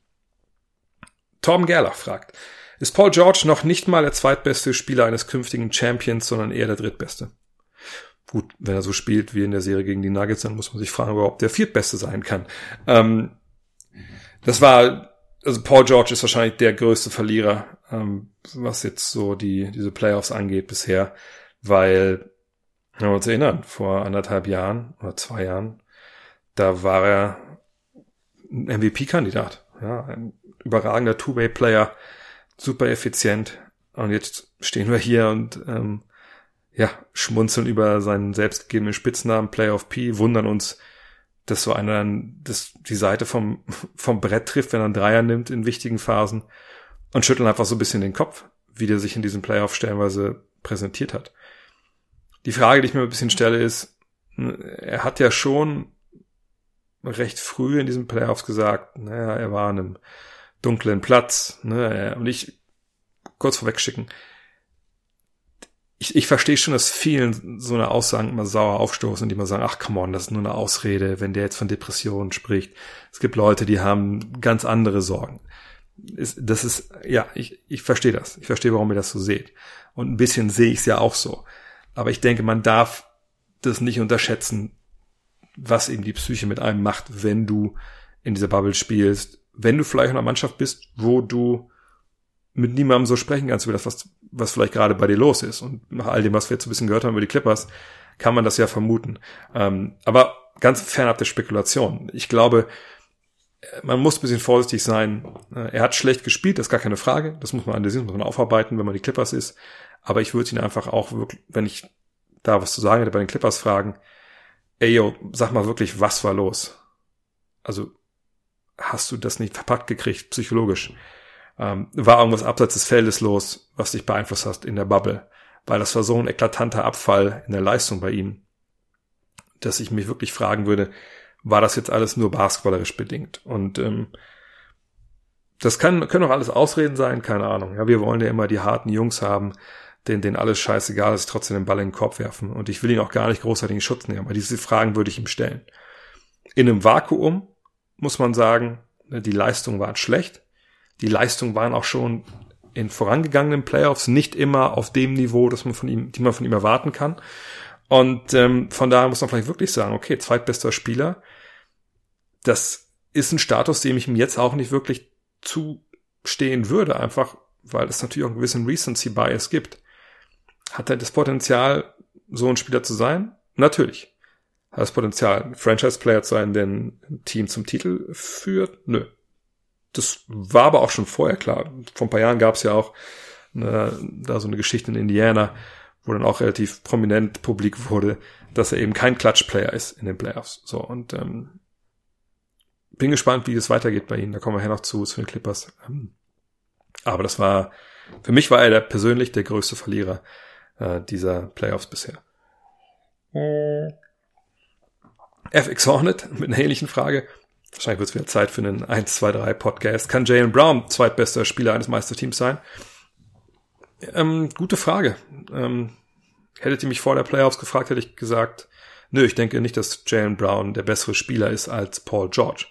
Torben Gerlach fragt, ist Paul George noch nicht mal der zweitbeste Spieler eines künftigen Champions, sondern eher der drittbeste? Gut, wenn er so spielt wie in der Serie gegen die Nuggets, dann muss man sich fragen, ob der Viertbeste sein kann. Ähm, das war, also Paul George ist wahrscheinlich der größte Verlierer, ähm, was jetzt so die diese Playoffs angeht bisher, weil, wenn wir uns erinnern, vor anderthalb Jahren oder zwei Jahren, da war er ein M V P-Kandidat, ja, ein überragender Two-Way-Player, super effizient, und jetzt stehen wir hier und ähm, ja, schmunzeln über seinen selbstgegebenen Spitznamen Playoff P, wundern uns, dass so einer dann das, die Seite vom, vom Brett trifft, wenn er einen Dreier nimmt in wichtigen Phasen, und schütteln einfach so ein bisschen den Kopf, wie der sich in diesen Playoff stellenweise präsentiert hat. Die Frage, die ich mir ein bisschen stelle, ist, er hat ja schon recht früh in diesen Playoffs gesagt, naja, er war an einem dunklen Platz, ne, und ich, kurz vorweg schicken, Ich, ich verstehe schon, dass vielen so eine Aussagen immer sauer aufstoßen, die immer sagen, ach come on, das ist nur eine Ausrede, wenn der jetzt von Depressionen spricht. Es gibt Leute, die haben ganz andere Sorgen. Das ist, ja, ich, ich verstehe das. Ich verstehe, warum ihr das so seht. Und ein bisschen sehe ich es ja auch so. Aber ich denke, man darf das nicht unterschätzen, was eben die Psyche mit einem macht, wenn du in dieser Bubble spielst. Wenn du vielleicht in einer Mannschaft bist, wo du mit niemandem so sprechen kannst über das, was, was vielleicht gerade bei dir los ist. Und nach all dem, was wir jetzt ein bisschen gehört haben über die Clippers, kann man das ja vermuten. Ähm, aber ganz fernab der Spekulation. Ich glaube, man muss ein bisschen vorsichtig sein. Er hat schlecht gespielt, das ist gar keine Frage. Das muss man analysieren, muss man aufarbeiten, wenn man die Clippers ist. Aber ich würde ihn einfach auch wirklich, wenn ich da was zu sagen hätte, bei den Clippers fragen, ey yo, sag mal wirklich, was war los? Also, hast du das nicht verpackt gekriegt, psychologisch? Ähm, war irgendwas abseits des Feldes los, was dich beeinflusst hast in der Bubble? Weil das war so ein eklatanter Abfall in der Leistung bei ihm, dass ich mich wirklich fragen würde, war das jetzt alles nur basketballerisch bedingt? Und ähm, das kann, können auch alles Ausreden sein, keine Ahnung. Ja, wir wollen ja immer die harten Jungs haben, denen, denen alles scheißegal ist, trotzdem den Ball in den Korb werfen. Und ich will ihn auch gar nicht großartig in Schutz nehmen, aber diese Fragen würde ich ihm stellen. In einem Vakuum muss man sagen, die Leistungen waren schlecht. Die Leistungen waren auch schon in vorangegangenen Playoffs nicht immer auf dem Niveau, das man von ihm, die man von ihm erwarten kann. Und ähm, von daher muss man vielleicht wirklich sagen, okay, zweitbester Spieler, das ist ein Status, dem ich ihm jetzt auch nicht wirklich zustehen würde, einfach weil es natürlich auch einen gewissen Recency-Bias gibt. Hat er das Potenzial, so ein Spieler zu sein? Natürlich. Hat er das Potenzial, ein Franchise-Player zu sein, der ein Team zum Titel führt? Nö. Das war aber auch schon vorher klar. Vor ein paar Jahren gab es ja auch eine, da so eine Geschichte in Indiana, wo dann auch relativ prominent publik wurde, dass er eben kein Clutch-Player ist in den Playoffs. So, und ähm, bin gespannt, wie es weitergeht bei ihnen. Da kommen wir her noch zu, zu den Clippers. Ähm, aber das war, für mich war er der, persönlich der größte Verlierer äh, dieser Playoffs bisher. F X Hornet mit einer ähnlichen Frage. Wahrscheinlich wird es wieder Zeit für einen eins zwei drei Podcast. Kann Jaylen Brown zweitbester Spieler eines Meisterteams sein? Ähm, gute Frage. Ähm, hättet ihr mich vor der Playoffs gefragt, hätte ich gesagt, nö, ich denke nicht, dass Jaylen Brown der bessere Spieler ist als Paul George.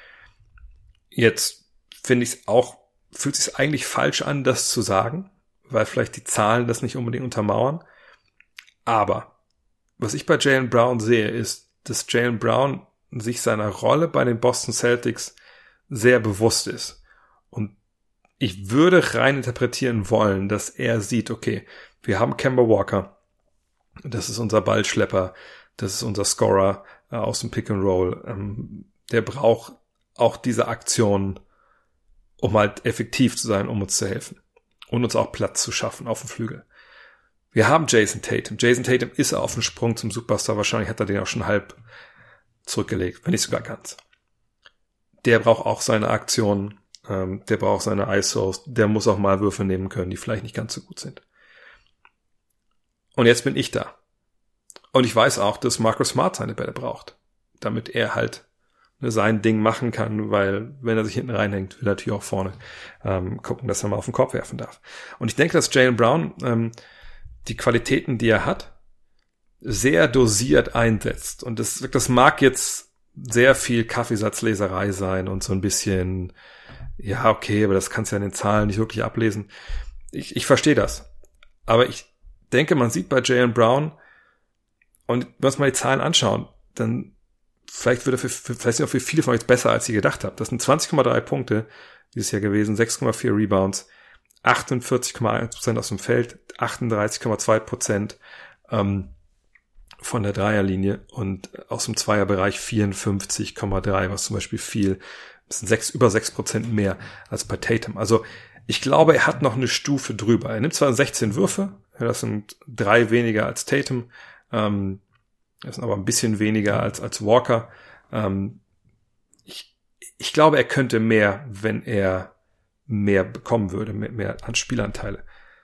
Jetzt finde ich es auch, fühlt sich eigentlich falsch an, das zu sagen, weil vielleicht die Zahlen das nicht unbedingt untermauern. Aber was ich bei Jaylen Brown sehe, ist, dass Jaylen Brown sich seiner Rolle bei den Boston Celtics sehr bewusst ist. Und ich würde rein interpretieren wollen, dass er sieht, okay, wir haben Kemba Walker, das ist unser Ballschlepper, das ist unser Scorer äh, aus dem Pick and Roll. Ähm, der braucht auch diese Aktionen, um halt effektiv zu sein, um uns zu helfen und uns auch Platz zu schaffen auf dem Flügel. Wir haben Jason Tatum. Jason Tatum ist auf dem Sprung zum Superstar. Wahrscheinlich hat er den auch schon halb zurückgelegt, wenn nicht sogar ganz. Der braucht auch seine Aktionen, ähm, der braucht seine I S Os, der muss auch mal Würfe nehmen können, die vielleicht nicht ganz so gut sind. Und jetzt bin ich da. Und ich weiß auch, dass Marcus Smart seine Bälle braucht, damit er halt ne, sein Ding machen kann, weil wenn er sich hinten reinhängt, will er natürlich auch vorne ähm, gucken, dass er mal auf den Korb werfen darf. Und ich denke, dass Jaylen Brown ähm, die Qualitäten, die er hat, sehr dosiert einsetzt. Und das, das mag jetzt sehr viel Kaffeesatzleserei sein und so ein bisschen, ja, okay, aber das kannst du ja in den Zahlen nicht wirklich ablesen. Ich, ich verstehe das. Aber ich denke, man sieht bei Jaylen Brown Und wenn wir uns mal die Zahlen anschauen, dann vielleicht wird er für, für, vielleicht sind auch für viele von euch jetzt besser, als ihr gedacht habt. Das sind zwanzig Komma drei Punkte dieses Jahr gewesen, sechs Komma vier Rebounds, achtundvierzig Komma eins Prozent aus dem Feld, achtunddreißig Komma zwei Prozent ähm, von der Dreierlinie und aus dem Zweierbereich vierundfünfzig Komma drei, was zum Beispiel viel, das sind sechs, über sechs Prozent mehr als bei Tatum. Also ich glaube, er hat noch eine Stufe drüber. Er nimmt zwar sechzehn Würfe, das sind drei weniger als Tatum, ähm, das sind aber ein bisschen weniger als als Walker. Ähm, ich, ich glaube, er könnte mehr, wenn er mehr bekommen würde, mehr, mehr an Spielanteile.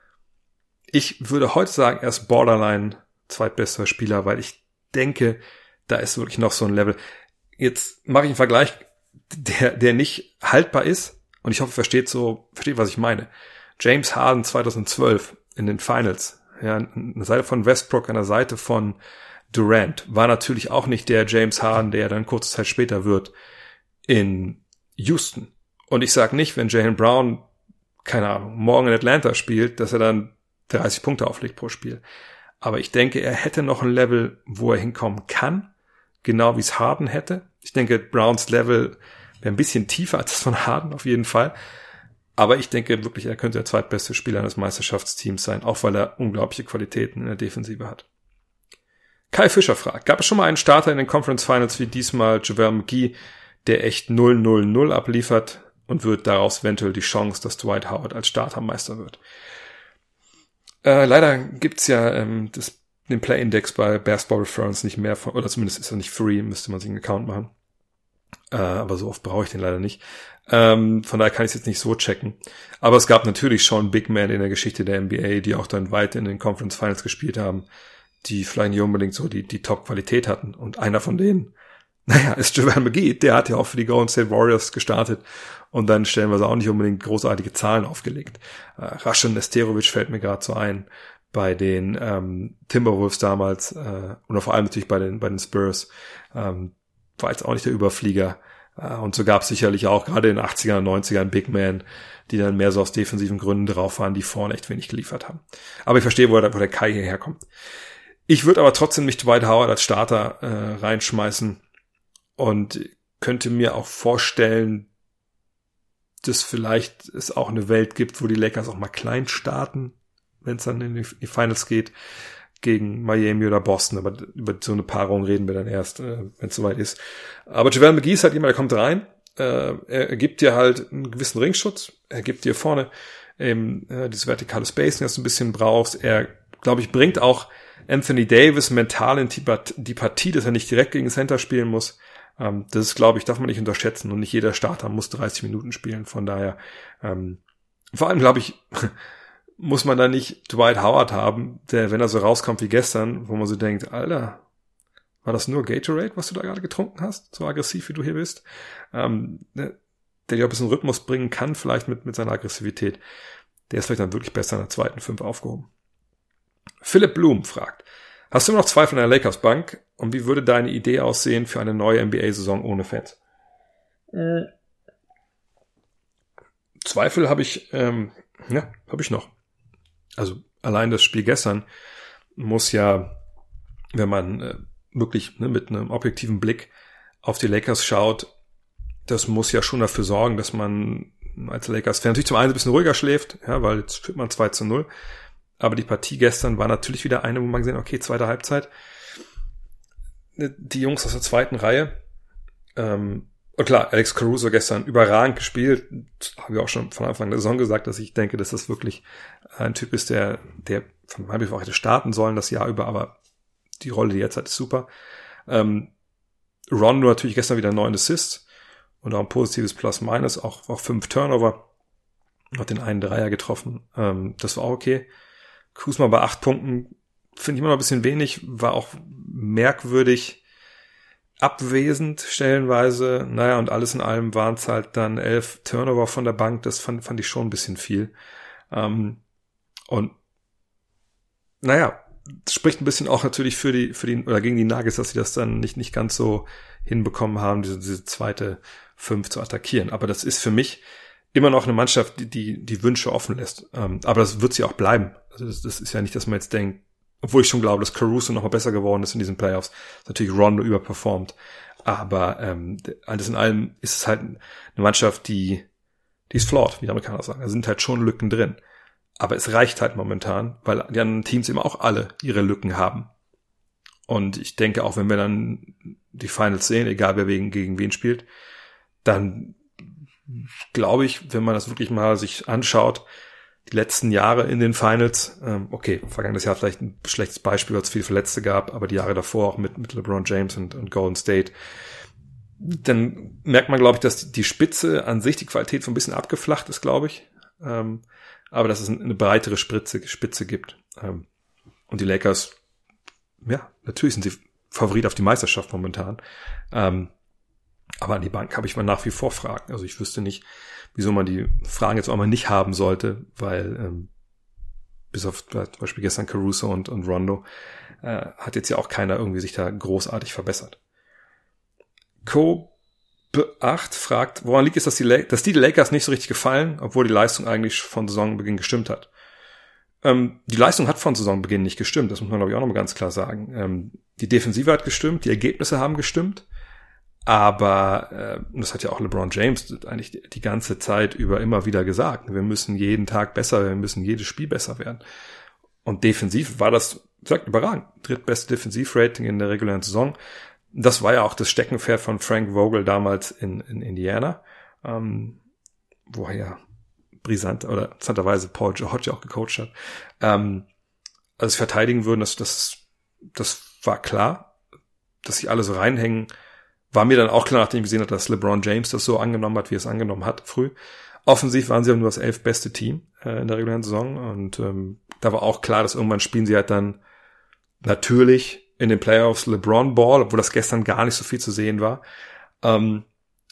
Ich würde heute sagen, er ist Borderline zweitbester Spieler, weil ich denke, da ist wirklich noch so ein Level. Jetzt mache ich einen Vergleich, der der nicht haltbar ist. Und ich hoffe, versteht so, versteht, was ich meine. James Harden zweitausendzwölf in den Finals, ja, an der Seite von Westbrook, an der Seite von Durant, war natürlich auch nicht der James Harden, der dann kurze Zeit später wird in Houston. Und ich sage nicht, wenn Jaylen Brown, keine Ahnung, morgen in Atlanta spielt, dass er dann dreißig Punkte auflegt pro Spiel. Aber ich denke, er hätte noch ein Level, wo er hinkommen kann, genau wie es Harden hätte. Ich denke, Browns Level wäre ein bisschen tiefer als das von Harden auf jeden Fall. Aber ich denke wirklich, er könnte der zweitbeste Spieler eines Meisterschaftsteams sein, auch weil er unglaubliche Qualitäten in der Defensive hat. Kai Fischer fragt, gab es schon mal einen Starter in den Conference Finals wie diesmal JaVale McGee, der echt null null null abliefert und wird daraus eventuell die Chance, dass Dwight Howard als Startermeister wird? Äh, leider gibt's ja ähm, das, den Play-Index bei Basketball Reference nicht mehr, von, oder zumindest ist er nicht free, müsste man sich einen Account machen. Äh, aber so oft brauche ich den leider nicht. Ähm, von daher kann ich es jetzt nicht so checken. Aber es gab natürlich schon Big Men in der Geschichte der N B A, die auch dann weit in den Conference Finals gespielt haben, die vielleicht nicht unbedingt so die, die Top-Qualität hatten. Und einer von denen, naja, ist JaVale McGee. Der hat ja auch für die Golden State Warriors gestartet und dann stellenweise auch nicht unbedingt großartige Zahlen aufgelegt. Äh, Raschen Nesterovic fällt mir gerade so ein, bei den ähm, Timberwolves damals äh, oder vor allem natürlich bei den bei den Spurs. Ähm, war jetzt auch nicht der Überflieger. Uh, und so gab es sicherlich auch gerade in den achtzigern und neunzigern Big Men, die dann mehr so aus defensiven Gründen drauf waren, die vorne echt wenig geliefert haben. Aber ich verstehe, wo der, wo der Kai hierher kommt. Ich würde aber trotzdem nicht Dwight Howard als Starter äh, reinschmeißen und könnte mir auch vorstellen, dass vielleicht es auch eine Welt gibt, wo die Lakers auch mal klein starten, wenn es dann in die, in die Finals geht, gegen Miami oder Boston, aber über so eine Paarung reden wir dann erst, äh, wenn es soweit ist. Aber JaVale McGee ist halt jemand, der kommt rein, äh, er, er gibt dir halt einen gewissen Ringschutz, er gibt dir vorne eben äh, dieses vertikale Spacing, das du ein bisschen brauchst. Er, glaube ich, bringt auch Anthony Davis mental in die, die Partie, dass er nicht direkt gegen Center spielen muss. Ähm, das ist, glaube ich, darf man nicht unterschätzen und nicht jeder Starter muss dreißig Minuten spielen, von daher ähm, vor allem, glaube ich, muss man da nicht Dwight Howard haben, der, wenn er so rauskommt wie gestern, wo man so denkt, Alter, war das nur Gatorade, was du da gerade getrunken hast? So aggressiv, wie du hier bist? Ähm, der, der ja ein bisschen Rhythmus bringen kann, vielleicht mit, mit seiner Aggressivität. Der ist vielleicht dann wirklich besser in der zweiten Fünf aufgehoben. Philipp Blum fragt, hast du immer noch Zweifel an der Lakers Bank? Und wie würde deine Idee aussehen für eine neue N B A-Saison ohne Fans? Äh. Zweifel habe ich, ähm, ja, habe ich noch. Also allein das Spiel gestern muss ja, wenn man äh, wirklich ne, mit einem objektiven Blick auf die Lakers schaut, das muss ja schon dafür sorgen, dass man als Lakers-Fan natürlich zum einen ein bisschen ruhiger schläft, ja, weil jetzt führt man zwei zu null. Aber die Partie gestern war natürlich wieder eine, wo man gesehen hat, okay, zweite Halbzeit. Die Jungs aus der zweiten Reihe, ähm, und klar, Alex Caruso gestern überragend gespielt. Das habe ich auch schon von Anfang der Saison gesagt, dass ich denke, dass das wirklich ein Typ ist, der, der von meinem Bild auch hätte starten sollen das Jahr über, aber die Rolle, die er jetzt hat, ist super. Ähm, Rondo natürlich gestern wieder neun Assists und auch ein positives Plus-Minus, auch, auch fünf Turnover. Hat den einen Dreier getroffen. Ähm, das war auch okay. Kuzma bei acht Punkten finde ich immer noch ein bisschen wenig, war auch merkwürdig abwesend stellenweise. Naja, und alles in allem waren es halt dann elf Turnover von der Bank. Das fand, fand ich schon ein bisschen viel. Ähm, und naja, das spricht ein bisschen auch natürlich für die, für die, oder gegen die Nuggets, dass sie das dann nicht, nicht ganz so hinbekommen haben, diese, diese zweite Fünf zu attackieren. Aber das ist für mich immer noch eine Mannschaft, die, die, die Wünsche offen lässt. Ähm, aber das wird sie auch bleiben. Also das, das ist ja nicht, dass man jetzt denkt, obwohl ich schon glaube, dass Caruso noch mal besser geworden ist in diesen Playoffs, ist natürlich Rondo überperformt. Aber ähm, alles in allem ist es halt eine Mannschaft, die die ist flawed, wie die Amerikaner sagen. Da sind halt schon Lücken drin. Aber es reicht halt momentan, weil die anderen Teams eben auch alle ihre Lücken haben. Und ich denke, auch wenn wir dann die Finals sehen, egal wer wegen, gegen wen spielt, dann glaube ich, wenn man das wirklich mal sich anschaut, die letzten Jahre in den Finals, ähm, okay, vergangenes Jahr vielleicht ein schlechtes Beispiel, weil es viele Verletzte gab, aber die Jahre davor auch mit, mit LeBron James und, und Golden State, dann merkt man, glaube ich, dass die Spitze an sich, die Qualität so ein bisschen abgeflacht ist, glaube ich, ähm, aber dass es eine breitere Spitze, Spitze gibt. Ähm, und die Lakers, ja, natürlich sind sie Favorit auf die Meisterschaft momentan, ähm, aber an die Bank habe ich mal nach wie vor Fragen. Also ich wüsste nicht, wieso man die Fragen jetzt auch mal nicht haben sollte, weil ähm, bis auf zum Beispiel gestern Caruso und, und Rondo äh, hat jetzt ja auch keiner irgendwie sich da großartig verbessert. Kobe acht fragt, woran liegt es, dass die, La- dass die Lakers nicht so richtig gefallen, obwohl die Leistung eigentlich von Saisonbeginn gestimmt hat? Ähm, die Leistung hat von Saisonbeginn nicht gestimmt, das muss man glaube ich auch nochmal ganz klar sagen. Ähm, die Defensive hat gestimmt, die Ergebnisse haben gestimmt, aber äh, das hat ja auch LeBron James eigentlich die, die ganze Zeit über immer wieder gesagt. Wir müssen jeden Tag besser, wir müssen jedes Spiel besser werden. Und defensiv war das, sagt überragend, drittbeste Defensivrating in der regulären Saison. Das war ja auch das Steckenpferd von Frank Vogel damals in, in Indiana, ähm, wo er ja brisant oder interessanterweise Paul George auch gecoacht hat. Ähm, also verteidigen würden, das, das, das war klar, dass sie alle so reinhängen. War mir dann auch klar, nachdem ich gesehen habe, dass LeBron James das so angenommen hat, wie er es angenommen hat, früh. Offensiv waren sie aber nur das elfbeste Team äh, in der regulären Saison und ähm, da war auch klar, dass irgendwann spielen sie halt dann natürlich in den Playoffs LeBron Ball, obwohl das gestern gar nicht so viel zu sehen war. Ähm,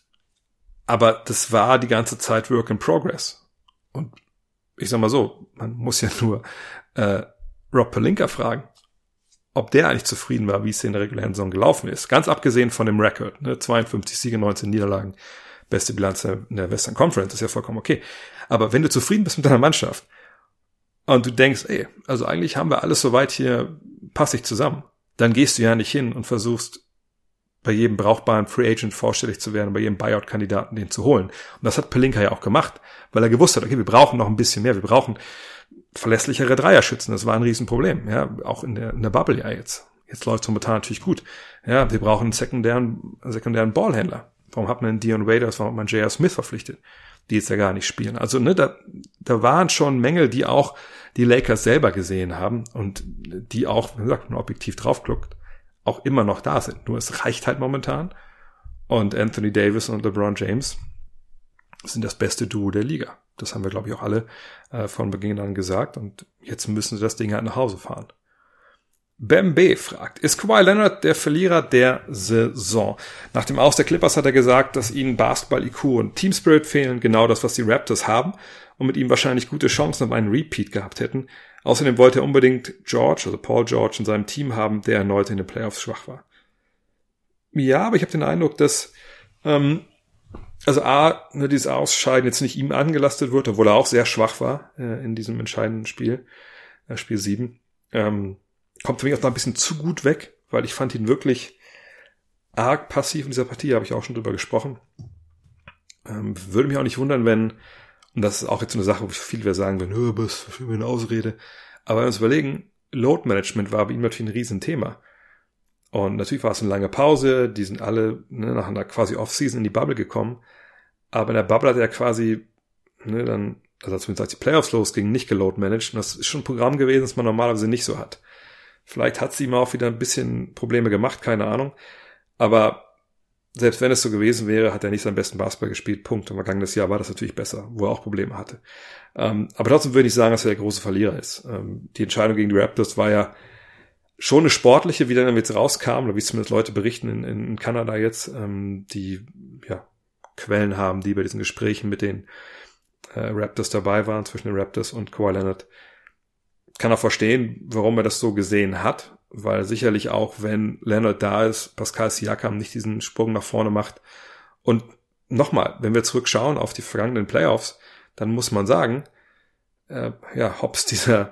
aber das war die ganze Zeit Work in Progress. Und ich sag mal so, man muss ja nur äh, Rob Pelinka fragen, ob der eigentlich zufrieden war, wie es in der regulären Saison gelaufen ist. Ganz abgesehen von dem Record, ne? zweiundfünfzig Siege, neunzehn Niederlagen, beste Bilanz in der Western Conference, ist ja vollkommen okay. Aber wenn du zufrieden bist mit deiner Mannschaft und du denkst, ey, also eigentlich haben wir alles soweit hier passig zusammen, dann gehst du ja nicht hin und versuchst, bei jedem brauchbaren Free Agent vorstellig zu werden, bei jedem Buyout-Kandidaten den zu holen. Und das hat Pelinka ja auch gemacht, weil er gewusst hat, okay, wir brauchen noch ein bisschen mehr, wir brauchen verlässlichere Dreierschützen, das war ein Riesenproblem, ja, auch in der, in der Bubble ja jetzt. Jetzt läuft es momentan natürlich gut. Ja, wir brauchen einen sekundären, einen sekundären Ballhändler. Warum hat man einen Dion Waiters, warum hat man J R. Smith verpflichtet, die jetzt ja gar nicht spielen? Also, ne, da, da waren schon Mängel, die auch die Lakers selber gesehen haben und die auch, wie gesagt, nur objektiv draufguckt, auch immer noch da sind. Nur es reicht halt momentan. Und Anthony Davis und LeBron James sind das beste Duo der Liga. Das haben wir, glaube ich, auch alle äh, von Beginn an gesagt. Und jetzt müssen sie das Ding halt nach Hause fahren. Bam B fragt, ist Kawhi Leonard der Verlierer der Saison? Nach dem Aus der Clippers hat er gesagt, dass ihnen Basketball-I Q und Teamspirit fehlen. Genau das, was die Raptors haben. Und mit ihm wahrscheinlich gute Chancen auf einen Repeat gehabt hätten. Außerdem wollte er unbedingt George, also Paul George, in seinem Team haben, der erneut in den Playoffs schwach war. Ja, aber ich habe den Eindruck, dass ähm, also A, ne, dieses Ausscheiden jetzt nicht ihm angelastet wird, obwohl er auch sehr schwach war äh, in diesem entscheidenden Spiel, äh, Spiel sieben. Ähm, kommt für mich auch da ein bisschen zu gut weg, weil ich fand ihn wirklich arg passiv in dieser Partie, habe ich auch schon drüber gesprochen. Ähm, würde mich auch nicht wundern, wenn, und das ist auch jetzt so eine Sache, wo viele wir sagen würden, was für eine Ausrede, aber wenn wir uns überlegen, Load Management war bei ihm natürlich ein Riesenthema. Und natürlich war es eine lange Pause, die sind alle ne, nach einer quasi Off-Season in die Bubble gekommen, aber in der Bubble hat er quasi ne, dann, also zumindest als die Playoffs losgingen, nicht geload managed, und das ist schon ein Programm gewesen, das man normalerweise nicht so hat. Vielleicht hat sie ihm auch wieder ein bisschen Probleme gemacht, keine Ahnung. Aber selbst wenn es so gewesen wäre, hat er nicht seinen besten Basketball gespielt. Punkt. Und vergangenes Jahr war das natürlich besser, wo er auch Probleme hatte. Ähm, aber trotzdem würde ich sagen, dass er der große Verlierer ist. Ähm, die Entscheidung gegen die Raptors war ja schon eine sportliche, wie dann jetzt rauskam, oder wie es zumindest Leute berichten in, in Kanada jetzt, ähm, die ja Quellen haben, die bei diesen Gesprächen mit den äh, Raptors dabei waren, zwischen den Raptors und Kawhi Leonard. Kann auch verstehen, warum er das so gesehen hat, weil sicherlich auch, wenn Leonard da ist, Pascal Siakam nicht diesen Sprung nach vorne macht. Und nochmal, wenn wir zurückschauen auf die vergangenen Playoffs, dann muss man sagen, äh, ja, hops dieser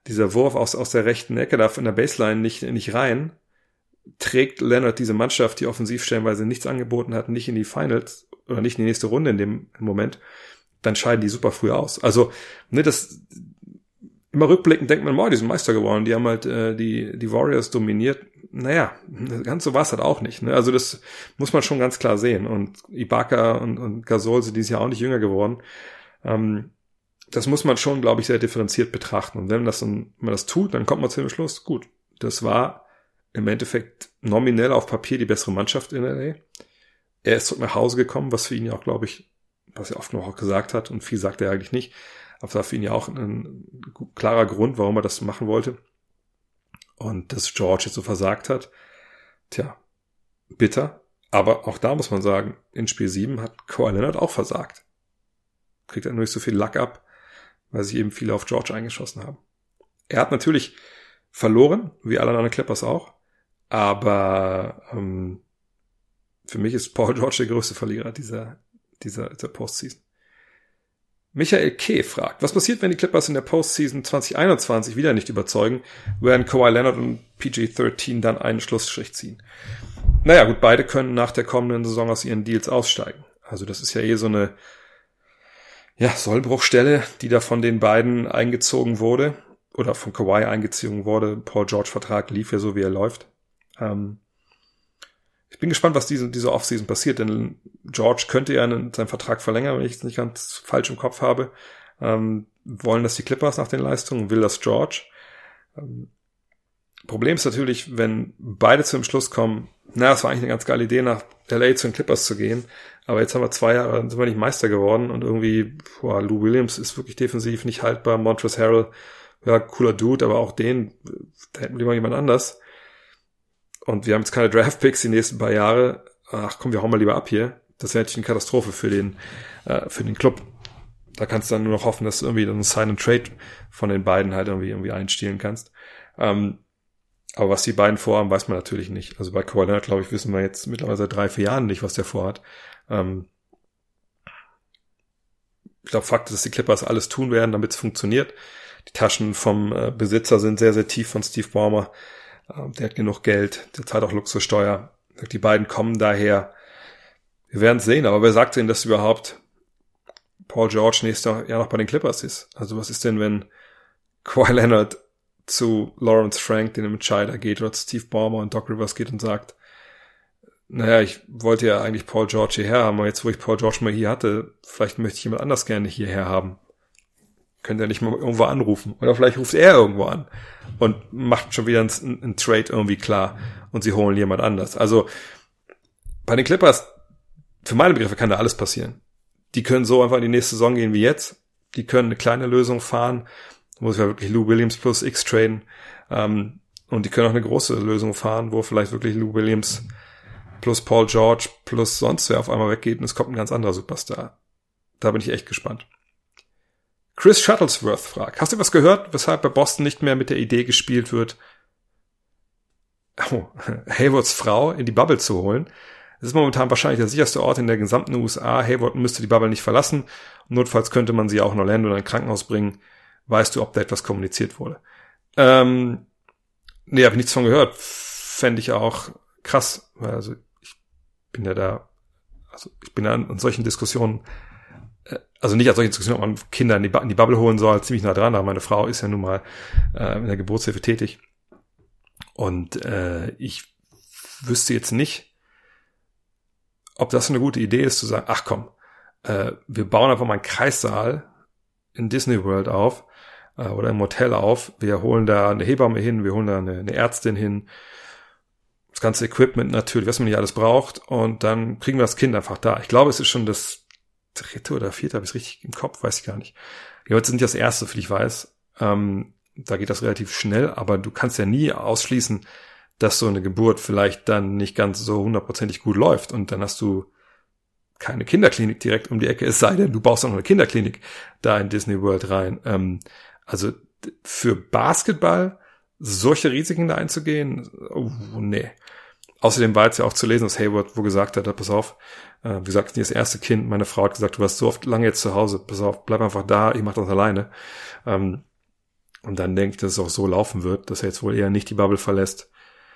dieser Wurf aus, aus der rechten Ecke da von der Baseline nicht, nicht rein, trägt Leonard diese Mannschaft, die offensiv stellenweise nichts angeboten hat, nicht in die Finals oder nicht in die nächste Runde in dem Moment, dann scheiden die super früh aus. Also, ne, das, immer rückblickend denkt man, boah, die sind Meister geworden, die haben halt äh, die, die Warriors dominiert. Naja, ganz so war es halt auch nicht. Ne? Also das muss man schon ganz klar sehen. Und Ibaka und, und Gasol sind dieses Jahr auch nicht jünger geworden. Ähm, das muss man schon, glaube ich, sehr differenziert betrachten. Und wenn man das, wenn man das tut, dann kommt man zu dem Schluss, gut, das war im Endeffekt nominell auf Papier die bessere Mannschaft in L A. Er ist zurück nach Hause gekommen, was für ihn ja auch, glaube ich, was er oft noch auch gesagt hat, und viel sagt er eigentlich nicht, aber das war für ihn ja auch ein klarer Grund, warum er das machen wollte. Und dass George jetzt so versagt hat, tja, bitter. Aber auch da muss man sagen, in Spiel sieben hat Kawhi Leonard auch versagt. Kriegt er nur nicht so viel Luck ab, weil sich eben viele auf George eingeschossen haben. Er hat natürlich verloren, wie alle anderen Clippers auch, aber ähm, für mich ist Paul George der größte Verlierer dieser, dieser, dieser Postseason. Michael K. fragt, was passiert, wenn die Clippers in der Postseason zwanzig einundzwanzig wieder nicht überzeugen, während Kawhi Leonard und P G dreizehn dann einen Schlussstrich ziehen? Naja, gut, beide können nach der kommenden Saison aus ihren Deals aussteigen. Also das ist ja eh so eine ja, Sollbruchstelle, die da von den beiden eingezogen wurde oder von Kawhi eingezogen wurde. Paul George Vertrag lief ja so, wie er läuft. Ähm, ich bin gespannt, was diese, diese Offseason passiert, denn George könnte ja einen, seinen Vertrag verlängern, wenn ich es nicht ganz falsch im Kopf habe. Ähm, wollen das die Clippers nach den Leistungen? Will das George? Ähm, Problem ist natürlich, wenn beide zu dem Schluss kommen, na, es war eigentlich eine ganz geile Idee, nach L A zu den Clippers zu gehen, aber jetzt haben wir zwei Jahre, sind wir nicht Meister geworden und irgendwie, boah, Lou Williams ist wirklich defensiv nicht haltbar, Montrezl Harrell, ja, cooler Dude, aber auch den, da hätten wir lieber jemand anders. Und wir haben jetzt keine Draft-Picks die nächsten paar Jahre. Ach komm, wir hauen mal lieber ab hier. Das wäre natürlich eine Katastrophe für den, äh, für den Club. Da kannst du dann nur noch hoffen, dass du irgendwie einen Sign-and-Trade von den beiden halt irgendwie, irgendwie einstehlen kannst. Ähm, aber was die beiden vorhaben, weiß man natürlich nicht. Also bei Kawhi Leonard, glaube ich, wissen wir jetzt mittlerweile seit drei, vier Jahren nicht, was der vorhat. Ähm, ich glaube, Fakt ist, dass die Clippers alles tun werden, damit es funktioniert. Die Taschen vom äh, Besitzer sind sehr, sehr tief von Steve Ballmer. Ähm, der hat genug Geld, der zahlt auch Luxussteuer. Die beiden kommen daher. Wir werden es sehen, aber wer sagt denn, dass überhaupt Paul George nächstes Jahr noch bei den Clippers ist? Also was ist denn, wenn Kawhi Leonard zu Lawrence Frank, dem Entscheider, geht, oder zu Steve Ballmer und Doc Rivers geht und sagt, naja, ich wollte ja eigentlich Paul George hierher haben, aber jetzt, wo ich Paul George mal hier hatte, vielleicht möchte ich jemand anders gerne hierher haben. Könnt ihr nicht mal irgendwo anrufen? Oder vielleicht ruft er irgendwo an und macht schon wieder einen, einen Trade irgendwie klar und sie holen jemand anders. Also bei den Clippers, für meine Begriffe kann da alles passieren. Die können so einfach in die nächste Saison gehen wie jetzt. Die können eine kleine Lösung fahren. Da muss ich ja wirklich Lou Williams plus X traden. Ähm, und die können auch eine große Lösung fahren, wo vielleicht wirklich Lou Williams plus Paul George plus sonst wer auf einmal weggeht und es kommt ein ganz anderer Superstar. Da bin ich echt gespannt. Chris Shuttlesworth fragt, hast du was gehört, weshalb bei Boston nicht mehr mit der Idee gespielt wird, oh, Haywards Frau in die Bubble zu holen? Es ist momentan wahrscheinlich der sicherste Ort in der gesamten U S A. Hayward müsste die Bubble nicht verlassen. Notfalls könnte man sie auch in Orlando in ein Krankenhaus bringen. Weißt du, ob da etwas kommuniziert wurde? Ähm, nee, habe ich nichts von gehört. Fände ich auch krass. Also ich bin ja da, also ich bin da an solchen Diskussionen, also nicht an solchen Diskussionen, ob man Kinder in die, in die Bubble holen soll, ziemlich nah dran, aber meine Frau ist ja nun mal äh, in der Geburtshilfe tätig. Und äh, ich wüsste jetzt nicht, ob das eine gute Idee ist, zu sagen, ach komm, äh, wir bauen einfach mal einen Kreissaal in Disney World auf äh, oder im Hotel auf. Wir holen da eine Hebamme hin, wir holen da eine, eine Ärztin hin, das ganze Equipment natürlich, was man nicht alles braucht, und dann kriegen wir das Kind einfach da. Ich glaube, es ist schon das dritte oder vierte, habe ich es richtig im Kopf, weiß ich gar nicht. Die Leute sind ja das erste, für die ich weiß. Ähm, da geht das relativ schnell, aber du kannst ja nie ausschließen, dass so eine Geburt vielleicht dann nicht ganz so hundertprozentig gut läuft und dann hast du keine Kinderklinik direkt um die Ecke, es sei denn, du baust auch noch eine Kinderklinik da in Disney World rein. Ähm, also für Basketball solche Risiken da einzugehen, oh, nee. Außerdem war jetzt ja auch zu lesen, dass Hayward wo gesagt hat, pass auf, äh, wie gesagt, das ist das erste Kind, meine Frau hat gesagt, du warst so oft lange jetzt zu Hause, pass auf, bleib einfach da, ich mach das alleine. Ähm, Und dann denke ich, dass es auch so laufen wird, dass er jetzt wohl eher nicht die Bubble verlässt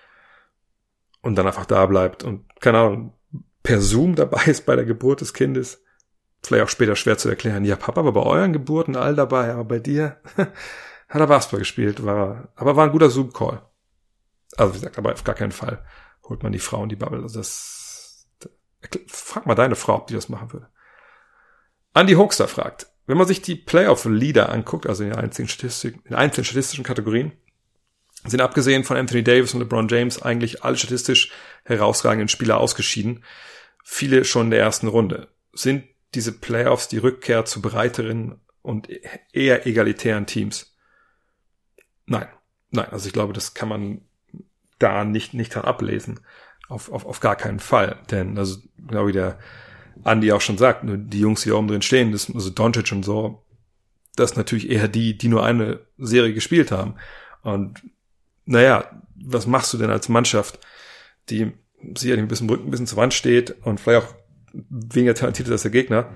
und dann einfach da bleibt und, keine Ahnung, per Zoom dabei ist bei der Geburt des Kindes. Vielleicht auch später schwer zu erklären. Ja, Papa, aber bei euren Geburten all dabei, aber bei dir hat er Basketball gespielt, war, aber war ein guter Zoom-Call. Also, wie gesagt, aber auf gar keinen Fall holt man die Frau in die Bubble. Also das, das, frag mal deine Frau, ob die das machen würde. Andy Hoaxer fragt, wenn man sich die Playoff-Leader anguckt, also in den einzelnen, Statistik, in den einzelnen statistischen Kategorien, sind abgesehen von Anthony Davis und LeBron James eigentlich alle statistisch herausragenden Spieler ausgeschieden. Viele schon in der ersten Runde. Sind diese Playoffs die Rückkehr zu breiteren und eher egalitären Teams? Nein. Nein, also ich glaube, das kann man da nicht, nicht dran ablesen. Auf, auf, auf gar keinen Fall. Denn, also, genau wie der Andi auch schon sagt, die Jungs, die da oben drin stehen, das, also Doncic und so, das sind natürlich eher die, die nur eine Serie gespielt haben. Und, naja, was machst du denn als Mannschaft, die sicherlich ein bisschen Rücken, ein bisschen zur Wand steht und vielleicht auch weniger talentiert ist als der Gegner?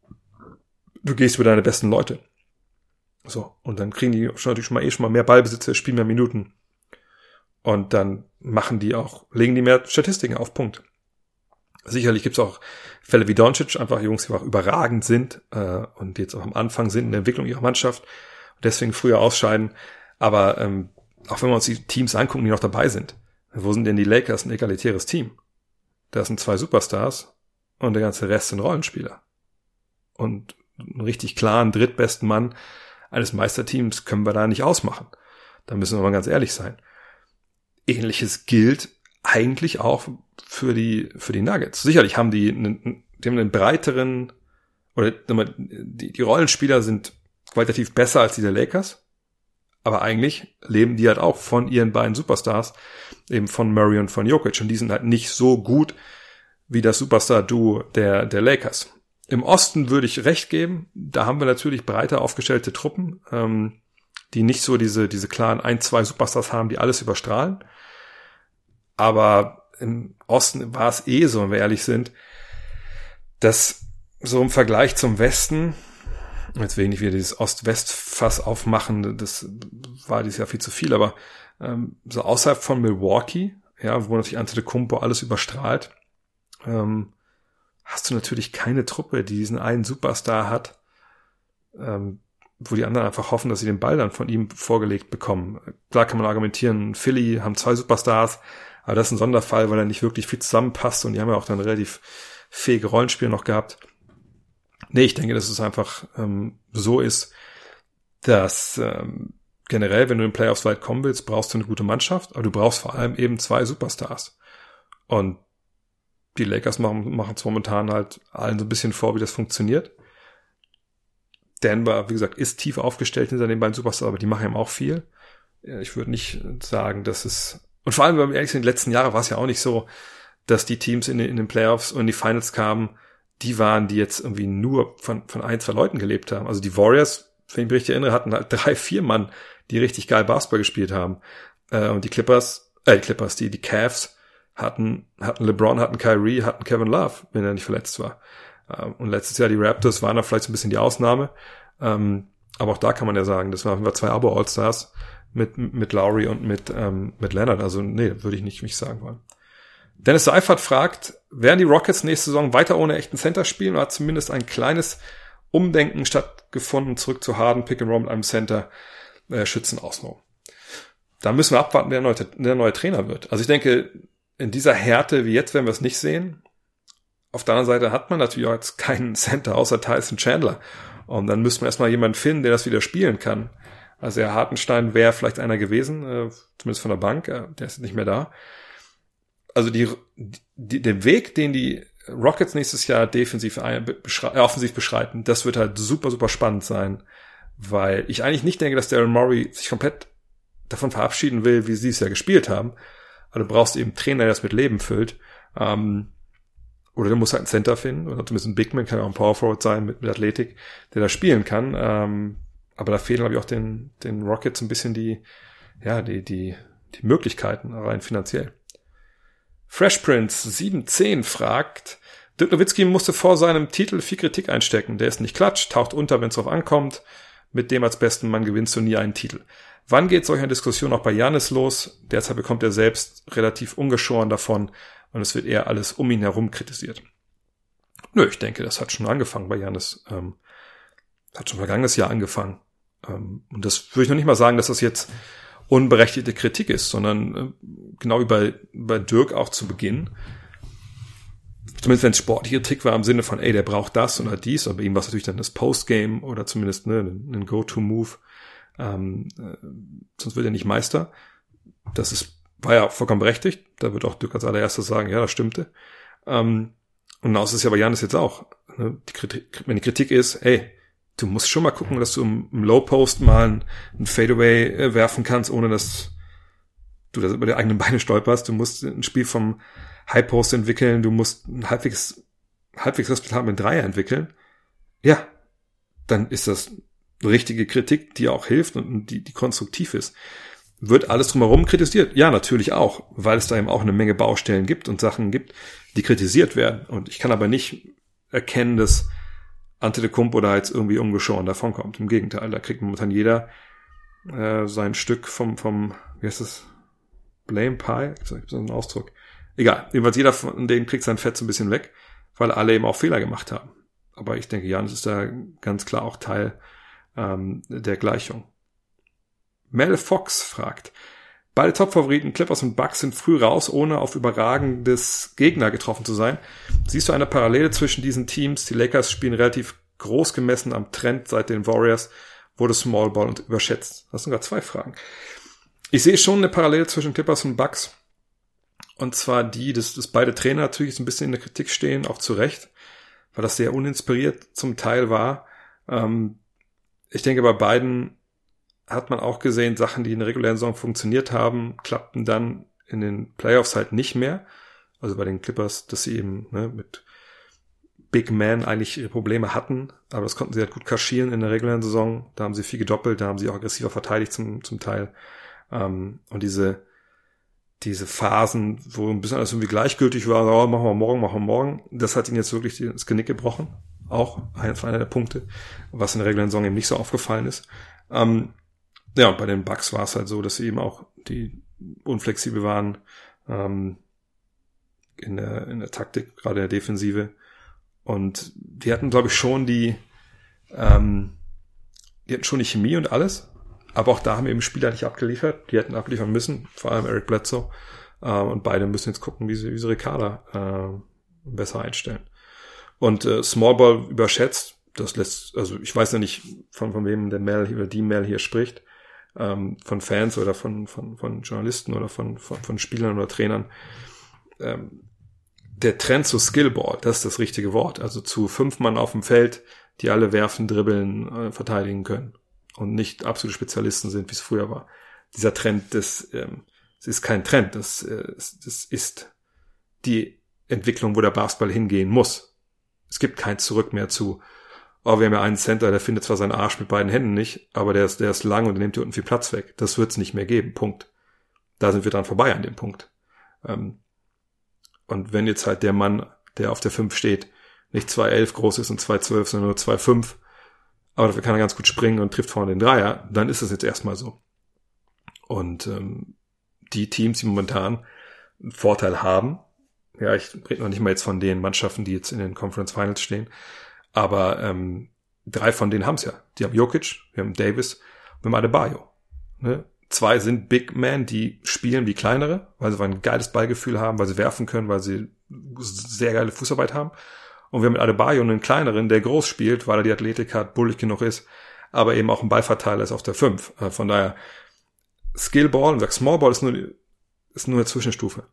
Du gehst über deine besten Leute. So. Und dann kriegen die schon natürlich schon mal eh schon mal mehr Ballbesitz, spielen mehr Minuten. Und dann machen die auch, legen die mehr Statistiken auf, Punkt. Sicherlich gibt's auch Fälle wie Doncic, einfach Jungs, die auch überragend sind äh, und jetzt auch am Anfang sind in der Entwicklung ihrer Mannschaft und deswegen früher ausscheiden. Aber ähm, auch wenn wir uns die Teams angucken, die noch dabei sind, wo sind denn die Lakers, ein egalitäres Team? Da sind zwei Superstars und der ganze Rest sind Rollenspieler. Und einen richtig klaren drittbesten Mann eines Meisterteams können wir da nicht ausmachen. Da müssen wir mal ganz ehrlich sein. Ähnliches gilt eigentlich auch für die für die Nuggets. Sicherlich haben die einen, die haben einen breiteren, oder die, die Rollenspieler sind qualitativ besser als die der Lakers, aber eigentlich leben die halt auch von ihren beiden Superstars, eben von Murray und von Jokic, und die sind halt nicht so gut wie das Superstar-Duo der der Lakers. Im Osten würde ich recht geben, da haben wir natürlich breiter aufgestellte Truppen, ähm, die nicht so diese diese klaren ein, zwei Superstars haben, die alles überstrahlen. Aber im Osten war es eh so, wenn wir ehrlich sind, dass so im Vergleich zum Westen, jetzt will ich nicht wieder dieses Ost-West-Fass aufmachen, das war dieses Jahr viel zu viel, aber ähm, so außerhalb von Milwaukee, ja, wo natürlich Antetokounmpo alles überstrahlt, ähm, hast du natürlich keine Truppe, die diesen einen Superstar hat, ähm, wo die anderen einfach hoffen, dass sie den Ball dann von ihm vorgelegt bekommen. Klar kann man argumentieren, Philly haben zwei Superstars, aber das ist ein Sonderfall, weil er nicht wirklich viel zusammenpasst und die haben ja auch dann relativ fähige Rollenspiele noch gehabt. Nee, ich denke, dass es einfach ähm, so ist, dass ähm, generell, wenn du in den Playoffs weit kommen willst, brauchst du eine gute Mannschaft, aber du brauchst vor allem eben zwei Superstars. Und die Lakers machen machen es momentan halt allen so ein bisschen vor, wie das funktioniert. Denver, wie gesagt, ist tief aufgestellt hinter den beiden Superstars, aber die machen eben auch viel. Ich würde nicht sagen, dass es, und vor allem, wenn wir ehrlich sind, in den letzten Jahren war es ja auch nicht so, dass die Teams in den, in den Playoffs und in die Finals kamen, die waren, die jetzt irgendwie nur von, von ein, zwei Leuten gelebt haben. Also die Warriors, wenn ich mich richtig erinnere, hatten halt drei, vier Mann, die richtig geil Basketball gespielt haben. Äh, und die Clippers, äh, die Clippers, die, die Cavs hatten, hatten LeBron, hatten Kyrie, hatten Kevin Love, wenn er nicht verletzt war. Ähm, und letztes Jahr die Raptors waren da vielleicht so ein bisschen die Ausnahme. Ähm, aber auch da kann man ja sagen, das waren zwei Abo-All-Stars mit, mit Lowry und mit, ähm, mit Leonard. Also nee, würde ich nicht mich sagen wollen. Dennis Seifert fragt, werden die Rockets nächste Saison weiter ohne echten Center spielen oder hat zumindest ein kleines Umdenken stattgefunden, zurück zu Harden, Pick and Roll mit einem Center, äh, Schützen außenrum? Da müssen wir abwarten, wer der neue, der neue Trainer wird. Also ich denke, in dieser Härte wie jetzt werden wir es nicht sehen. Auf der anderen Seite hat man natürlich auch jetzt keinen Center außer Tyson Chandler. Und dann müssen wir erstmal jemanden finden, der das wieder spielen kann. Also der Hartenstein wäre vielleicht einer gewesen, äh, zumindest von der Bank, äh, der ist nicht mehr da. Also die, die, den Weg, den die Rockets nächstes Jahr defensiv, beschre- äh, offensiv beschreiten, das wird halt super, super spannend sein, weil ich eigentlich nicht denke, dass Daryl Morey sich komplett davon verabschieden will, wie sie es ja gespielt haben. Aber du brauchst eben einen Trainer, der das mit Leben füllt. Ähm, oder du musst halt einen Center finden, oder zumindest ein Bigman, kann ja auch ein Power Forward sein mit, mit Athletik, der da spielen kann. Ähm, aber da fehlen, glaube ich, auch den, den Rockets ein bisschen die, ja, die, die, die Möglichkeiten, rein finanziell. Fresh Prince sieben zehn fragt, Dirk Nowitzki musste vor seinem Titel viel Kritik einstecken. Der ist nicht klatsch, taucht unter, wenn es drauf ankommt. mit dem als besten Mann gewinnst du nie einen Titel. Wann geht solch eine Diskussion auch bei Giannis los? Derzeit bekommt er selbst relativ ungeschoren davon und es wird eher alles um ihn herum kritisiert. Nö, ich denke, das hat schon angefangen bei Giannis. Ähm, hat schon vergangenes Jahr angefangen. Ähm, und das würde ich noch nicht mal sagen, dass das jetzt unberechtigte Kritik ist, sondern äh, genau wie bei, bei Dirk auch zu Beginn. Zumindest wenn es sportliche Kritik war im Sinne von, ey, der braucht das oder dies. Aber bei ihm war es natürlich dann das Postgame oder zumindest ne, ein Go-To-Move. Ähm, äh, sonst wird er nicht Meister. Das ist, war ja vollkommen berechtigt. Da wird auch Dirk als allererstes sagen, ja, das stimmte. Ähm, und genauso ist es ja bei Giannis jetzt auch. Ne? Die Kritik, wenn die Kritik ist, hey, du musst schon mal gucken, dass du im, im Low-Post mal ein, ein Fadeaway äh, werfen kannst, ohne dass du das über die eigenen Beine stolperst. Du musst ein Spiel vom High-Post entwickeln. Du musst ein halbwegs, halbwegs respektablen Dreier entwickeln. Ja, dann ist das richtige Kritik, die auch hilft und die, die konstruktiv ist. Wird alles drumherum kritisiert? Ja, natürlich auch, weil es da eben auch eine Menge Baustellen gibt und Sachen gibt, die kritisiert werden. Und ich kann aber nicht erkennen, dass Antetokounmpo da jetzt irgendwie ungeschoren davonkommt. Im Gegenteil, da kriegt momentan jeder äh, sein Stück vom, vom, wie heißt das? Blame Pie? Gibt es so einen Ausdruck? Egal, jedenfalls jeder von denen kriegt sein Fett so ein bisschen weg, weil alle eben auch Fehler gemacht haben. Aber ich denke, Giannis ist da ganz klar auch Teil ähm, der Gleichung. Mel Fox fragt, beide Top-Favoriten Clippers und Bucks sind früh raus, ohne auf überragendes Gegner getroffen zu sein. Siehst du eine Parallele zwischen diesen Teams? Die Lakers spielen relativ groß gemessen am Trend seit den Warriors, wurde Small Ball und überschätzt. Das sind sogar zwei Fragen. Ich sehe schon eine Parallele zwischen Clippers und Bucks. Und zwar die, dass, dass beide Trainer natürlich so ein bisschen in der Kritik stehen, auch zu Recht, weil das sehr uninspiriert zum Teil war. Ähm, ich denke, bei beiden hat man auch gesehen, Sachen, die in der regulären Saison funktioniert haben, klappten dann in den Playoffs halt nicht mehr. Also bei den Clippers, dass sie eben ne, mit Big Man eigentlich ihre Probleme hatten, aber das konnten sie halt gut kaschieren in der regulären Saison. Da haben sie viel gedoppelt, da haben sie auch aggressiver verteidigt zum, zum Teil. Ähm, und diese diese Phasen, wo ein bisschen alles irgendwie gleichgültig war, oh, machen wir morgen, machen wir morgen, das hat ihnen jetzt wirklich das Genick gebrochen. Auch einer der Punkte, was in der regulären Saison eben nicht so aufgefallen ist. Ähm, Ja, und bei den Bucks war es halt so, dass sie eben auch die unflexibel waren ähm, in der in der Taktik, gerade in der Defensive. Und die hatten, glaube ich, schon die ähm, die hatten schon die Chemie und alles, aber auch da haben eben Spieler nicht abgeliefert. Die hätten abliefern müssen, vor allem Eric Bledsoe. Ähm, und beide müssen jetzt gucken, wie sie, wie sie ihre Kader äh, besser einstellen. Und äh, Small Ball überschätzt, das lässt, also ich weiß ja nicht, von, von wem der Mel oder die Mel hier spricht, ähm, von Fans oder von, von, von Journalisten oder von, von, von Spielern oder Trainern. Ähm, der Trend zu Skillball, das ist das richtige Wort, also zu fünf Mann auf dem Feld, die alle werfen, dribbeln, äh, verteidigen können und nicht absolute Spezialisten sind, wie es früher war. Dieser Trend, das, ähm, das ist kein Trend, das, äh, das ist die Entwicklung, wo der Basketball hingehen muss. Es gibt kein Zurück mehr zu, oh, wir haben ja einen Center, der findet zwar seinen Arsch mit beiden Händen nicht, aber der ist, der ist lang und der nimmt hier unten viel Platz weg. Das wird es nicht mehr geben, Punkt. Da sind wir dran vorbei an dem Punkt. Ähm, und wenn jetzt halt der Mann, der auf der fünf steht, nicht zwei elf groß ist und zwei zwölf, sondern nur zwei fünf, aber dafür kann er ganz gut springen und trifft vorne den Dreier, dann ist es jetzt erstmal so. Und ähm, die Teams, die momentan einen Vorteil haben, ja, ich rede noch nicht mal jetzt von den Mannschaften, die jetzt in den Conference Finals stehen, aber ähm, drei von denen haben es ja. Die haben Jokic, wir haben Davis, wir haben Adebayo. Ne? Zwei sind Big Men, die spielen wie kleinere, weil sie ein geiles Ballgefühl haben, weil sie werfen können, weil sie sehr geile Fußarbeit haben. Und wir haben mit Adebayo einen kleineren, der groß spielt, weil er die Athletik hat, bullig genug ist, aber eben auch ein Ballverteiler ist auf der fünf. Von daher, Skillball und Smallball ist nur, ist nur eine Zwischenstufe.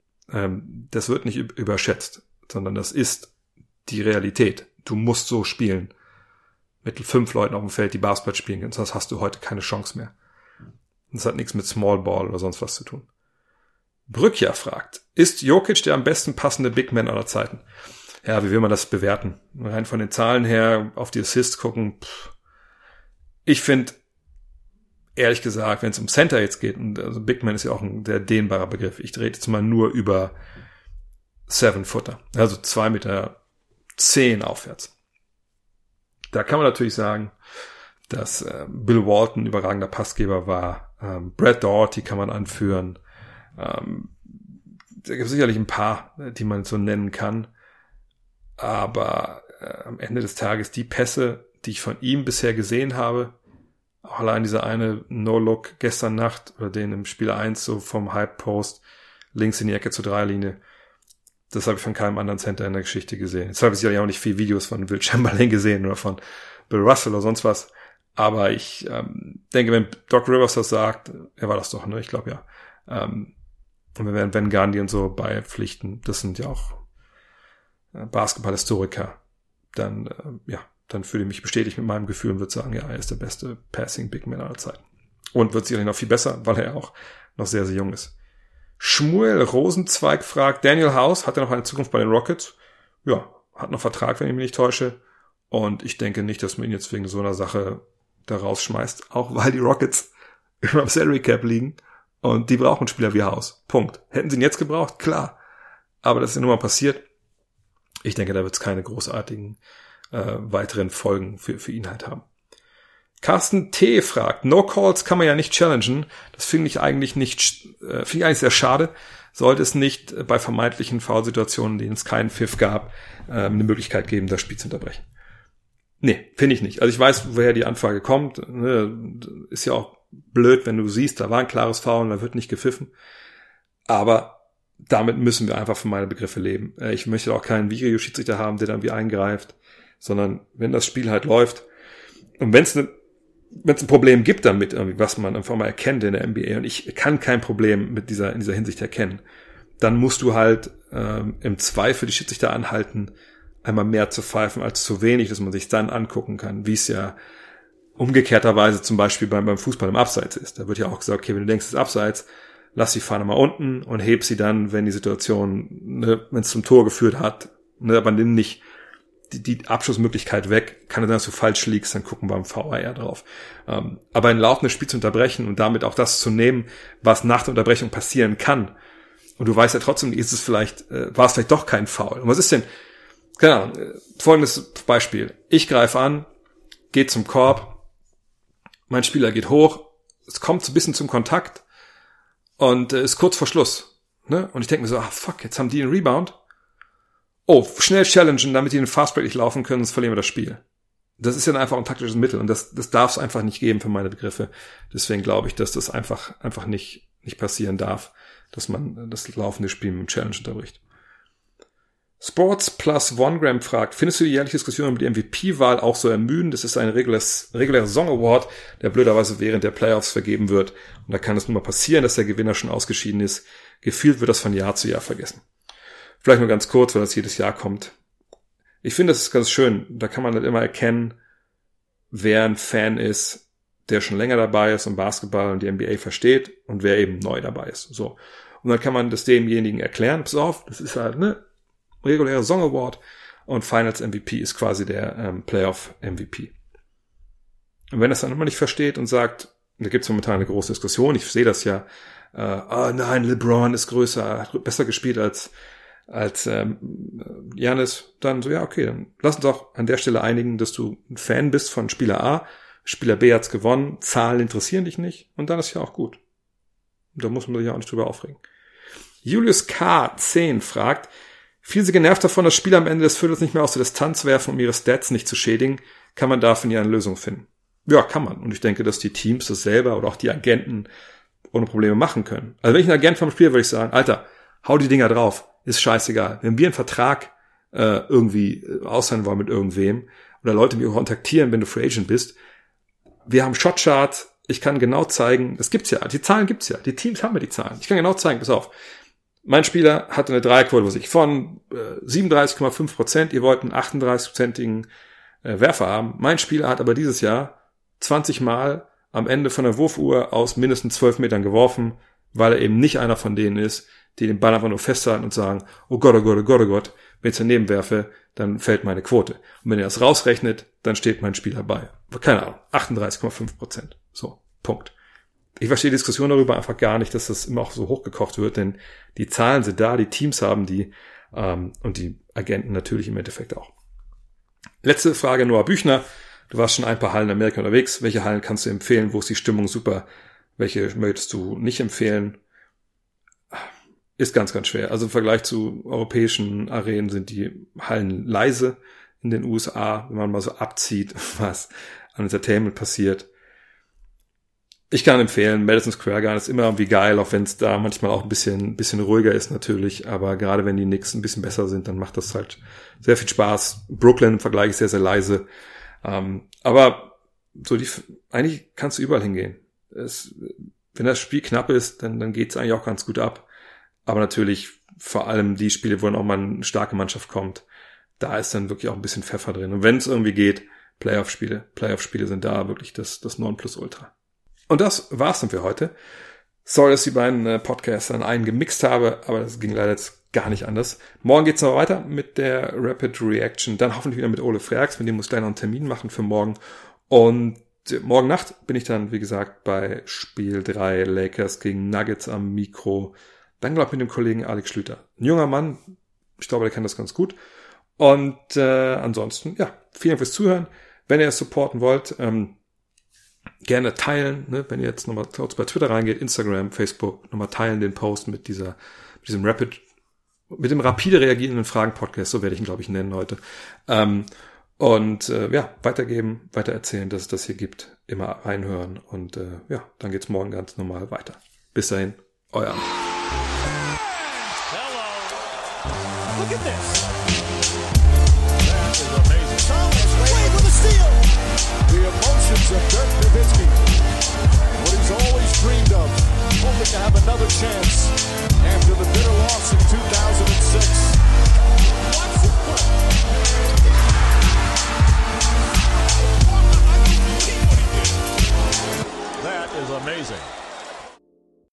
Das wird nicht überschätzt, sondern das ist die Realität. Du musst so spielen. Mit fünf Leuten auf dem Feld, die Basketball spielen können. Sonst hast du heute keine Chance mehr. Das hat nichts mit Small Ball oder sonst was zu tun. Brückja fragt, ist Jokic der am besten passende Big Man aller Zeiten? Ja, wie will man das bewerten? Rein von den Zahlen her, auf die Assists gucken. Pff. Ich finde, ehrlich gesagt, wenn es um Center jetzt geht, und also Big Man ist ja auch ein sehr dehnbarer Begriff. Ich rede jetzt mal nur über Seven-Footer. Also zwei Meter zehn aufwärts. Da kann man natürlich sagen, dass äh, Bill Walton ein überragender Passgeber war. Ähm, Brad Daugherty kann man anführen. Ähm, da gibt es sicherlich ein paar, die man so nennen kann. Aber äh, am Ende des Tages die Pässe, die ich von ihm bisher gesehen habe, auch allein dieser eine No-Look gestern Nacht oder den im Spiel eins so vom Hype-Post links in die Ecke zur Dreierlinie, das habe ich von keinem anderen Center in der Geschichte gesehen. Jetzt habe ich sicherlich auch nicht viele Videos von Will Chamberlain gesehen oder von Bill Russell oder sonst was. Aber ich ähm, denke, wenn Doc Rivers das sagt, er war das doch, ne? Ich glaube ja. Ähm, und wir werden Van Gundy und so beipflichten. Das sind ja auch äh, Basketball-Historiker. Dann, äh, ja, dann fühle ich mich bestätigt mit meinem Gefühl und würde sagen, ja, er ist der beste Passing Big Man aller Zeiten. Und wird sicherlich noch viel besser, weil er auch noch sehr, sehr jung ist. Schmuel Rosenzweig fragt, Daniel House, hat er noch eine Zukunft bei den Rockets? Ja, hat noch Vertrag, wenn ich mich nicht täusche. Und ich denke nicht, dass man ihn jetzt wegen so einer Sache da rausschmeißt, auch weil die Rockets über dem Salary Cap liegen und die brauchen Spieler wie House. Punkt. Hätten sie ihn jetzt gebraucht? Klar. Aber das ist ja nun mal passiert. Ich denke, da wird es keine großartigen äh, weiteren Folgen für, für ihn halt haben. Carsten T. fragt, No Calls kann man ja nicht challengen. Das finde ich eigentlich nicht, äh, finde ich eigentlich sehr schade. Sollte es nicht äh, bei vermeintlichen Foul-Situationen, denen es keinen Pfiff gab, äh, eine Möglichkeit geben, das Spiel zu unterbrechen. Nee, finde ich nicht. Also ich weiß, woher die Anfrage kommt. Ist ja auch blöd, wenn du siehst, da war ein klares Foul und da wird nicht gepfiffen. Aber damit müssen wir einfach für meine Begriffe leben. Ich möchte auch keinen Videoschiedsrichter haben, der dann wie eingreift, sondern wenn das Spiel halt läuft und wenn es eine wenn es ein Problem gibt damit, irgendwie, was man einfach mal erkennt in der N B A, und ich kann kein Problem mit dieser in dieser Hinsicht erkennen, dann musst du halt ähm, im Zweifel die Schiedsrichter anhalten, einmal mehr zu pfeifen als zu wenig, dass man sich dann angucken kann, wie es ja umgekehrterweise zum Beispiel beim, beim Fußball im Abseits ist. Da wird ja auch gesagt, okay, wenn du denkst, es ist Abseits, lass die Fahne mal unten und heb sie dann, wenn die Situation, ne, wenn es zum Tor geführt hat, ne, aber nimm nicht die, die Abschlussmöglichkeit weg. Kann es sein, dass du falsch liegst, dann gucken wir beim V A R drauf. Ähm, aber ein laufendes Spiel zu unterbrechen und damit auch das zu nehmen, was nach der Unterbrechung passieren kann, und du weißt ja trotzdem, ist es vielleicht, äh, war es vielleicht doch kein Foul. Und was ist denn, keine Ahnung, folgendes Beispiel. Ich greife an, gehe zum Korb, mein Spieler geht hoch, es kommt so ein bisschen zum Kontakt und äh, ist kurz vor Schluss. Ne? Und ich denke mir so, ah fuck, jetzt haben die einen Rebound. Oh, schnell challengen, damit die den Fastbreak nicht laufen können, sonst verlieren wir das Spiel. Das ist ja einfach ein taktisches Mittel und das, das darf es einfach nicht geben für meine Begriffe. Deswegen glaube ich, dass das einfach, einfach nicht, nicht passieren darf, dass man das laufende Spiel mit dem Challenge unterbricht. Sports Plus One Gram fragt, findest du die jährliche Diskussion über die M V P-Wahl auch so ermüdend? Das ist ein reguläres, regulärer Song Award, der blöderweise während der Playoffs vergeben wird. Und da kann es nun mal passieren, dass der Gewinner schon ausgeschieden ist. Gefühlt wird das von Jahr zu Jahr vergessen. Vielleicht nur ganz kurz, weil das jedes Jahr kommt. Ich finde, das ist ganz schön. Da kann man halt immer erkennen, wer ein Fan ist, der schon länger dabei ist und Basketball und die N B A versteht und wer eben neu dabei ist. So. Und dann kann man das demjenigen erklären. Pass auf, das ist halt, ne, reguläre Song Award und Finals M V P ist quasi der ähm, Playoff M V P. Und wenn das dann immer nicht versteht und sagt, da gibt es momentan eine große Diskussion, ich sehe das ja, äh, oh nein, LeBron ist größer, hat besser gespielt als als ähm, Giannis, dann so, ja, okay, dann lass uns auch an der Stelle einigen, dass du ein Fan bist von Spieler A, Spieler B hat's gewonnen, Zahlen interessieren dich nicht und dann ist ja auch gut. Und da muss man sich ja auch nicht drüber aufregen. Julius K. zehn fragt, viel sie genervt davon, dass Spieler am Ende des Viertels nicht mehr aus der Distanz werfen, um ihre Stats nicht zu schädigen. Kann man dafür nie eine Lösung finden? Ja, kann man. Und ich denke, dass die Teams das selber oder auch die Agenten ohne Probleme machen können. Also wenn ich ein Agent vom Spiel, würde ich sagen, Alter, hau die Dinger drauf. Ist scheißegal. Wenn wir einen Vertrag äh, irgendwie aushandeln wollen mit irgendwem oder Leute mich kontaktieren, wenn du Free Agent bist, wir haben Shotcharts, ich kann genau zeigen, das gibt's ja, die Zahlen gibt's ja, die Teams haben ja die Zahlen. Ich kann genau zeigen, pass auf, mein Spieler hatte eine Dreierquote, was ich von äh, siebenunddreißig Komma fünf Prozent, ihr wollt einen achtunddreißig-prozentigen äh, Werfer haben. Mein Spieler hat aber dieses Jahr zwanzig Mal am Ende von der Wurfuhr aus mindestens zwölf Metern geworfen, weil er eben nicht einer von denen ist, die den Ball einfach nur festhalten und sagen, oh Gott, oh Gott, oh Gott, oh Gott, wenn ich daneben werfe, dann fällt meine Quote. Und wenn er das rausrechnet, dann steht mein Spieler bei. Keine Ahnung, achtunddreißig Komma fünf Prozent. So, Punkt. Ich verstehe die Diskussion darüber einfach gar nicht, dass das immer auch so hochgekocht wird, denn die Zahlen sind da, die Teams haben die ähm, und die Agenten natürlich im Endeffekt auch. Letzte Frage, Noah Büchner Du warst schon ein paar Hallen in Amerika unterwegs. Welche Hallen kannst du empfehlen? Wo ist die Stimmung super? Welche möchtest du nicht empfehlen? Ist ganz, ganz schwer. Also im Vergleich zu europäischen Arenen sind die Hallen leise in den U S A, wenn man mal so abzieht, was an Entertainment passiert. Ich kann empfehlen, Madison Square Garden ist immer irgendwie geil, auch wenn es da manchmal auch ein bisschen, ein bisschen ruhiger ist natürlich, aber gerade wenn die Knicks ein bisschen besser sind, dann macht das halt sehr viel Spaß. Brooklyn im Vergleich ist sehr, sehr leise. Ähm, aber so die, eigentlich kannst du überall hingehen. Es, wenn das Spiel knapp ist, dann, dann geht's eigentlich auch ganz gut ab. Aber natürlich vor allem die Spiele, wo dann auch mal eine starke Mannschaft kommt, da ist dann wirklich auch ein bisschen Pfeffer drin. Und wenn es irgendwie geht, Playoff-Spiele. Playoff-Spiele sind da wirklich das, das Nonplusultra. Und das war's dann für heute. Sorry, dass ich die beiden äh, Podcasts an einen gemixt habe, aber das ging leider jetzt gar nicht anders. Morgen geht's noch weiter mit der Rapid Reaction. Dann hoffentlich wieder mit Ole Freaks, mit dem muss ich gleich noch einen Termin machen für morgen. Und äh, morgen Nacht bin ich dann, wie gesagt, bei Spiel drei Lakers gegen Nuggets am Mikro. Dann glaube ich mit dem Kollegen Alex Schlüter. Ein junger Mann, ich glaube, der kann das ganz gut. Und äh, ansonsten, ja, vielen Dank fürs Zuhören. Wenn ihr es supporten wollt, ähm, gerne teilen, ne? Wenn ihr jetzt nochmal bei Twitter reingeht, Instagram, Facebook, nochmal teilen den Post mit dieser, mit diesem Rapid, mit dem rapide reagierenden Fragen-Podcast, so werde ich ihn, glaube ich, nennen heute. Ähm, und äh, ja, weitergeben, weitererzählen, dass es das hier gibt, immer reinhören und äh, ja, dann geht's morgen ganz normal weiter. Bis dahin, euer Arne. Hello. Look at this. That is amazing. Thomas Wade with a steal. The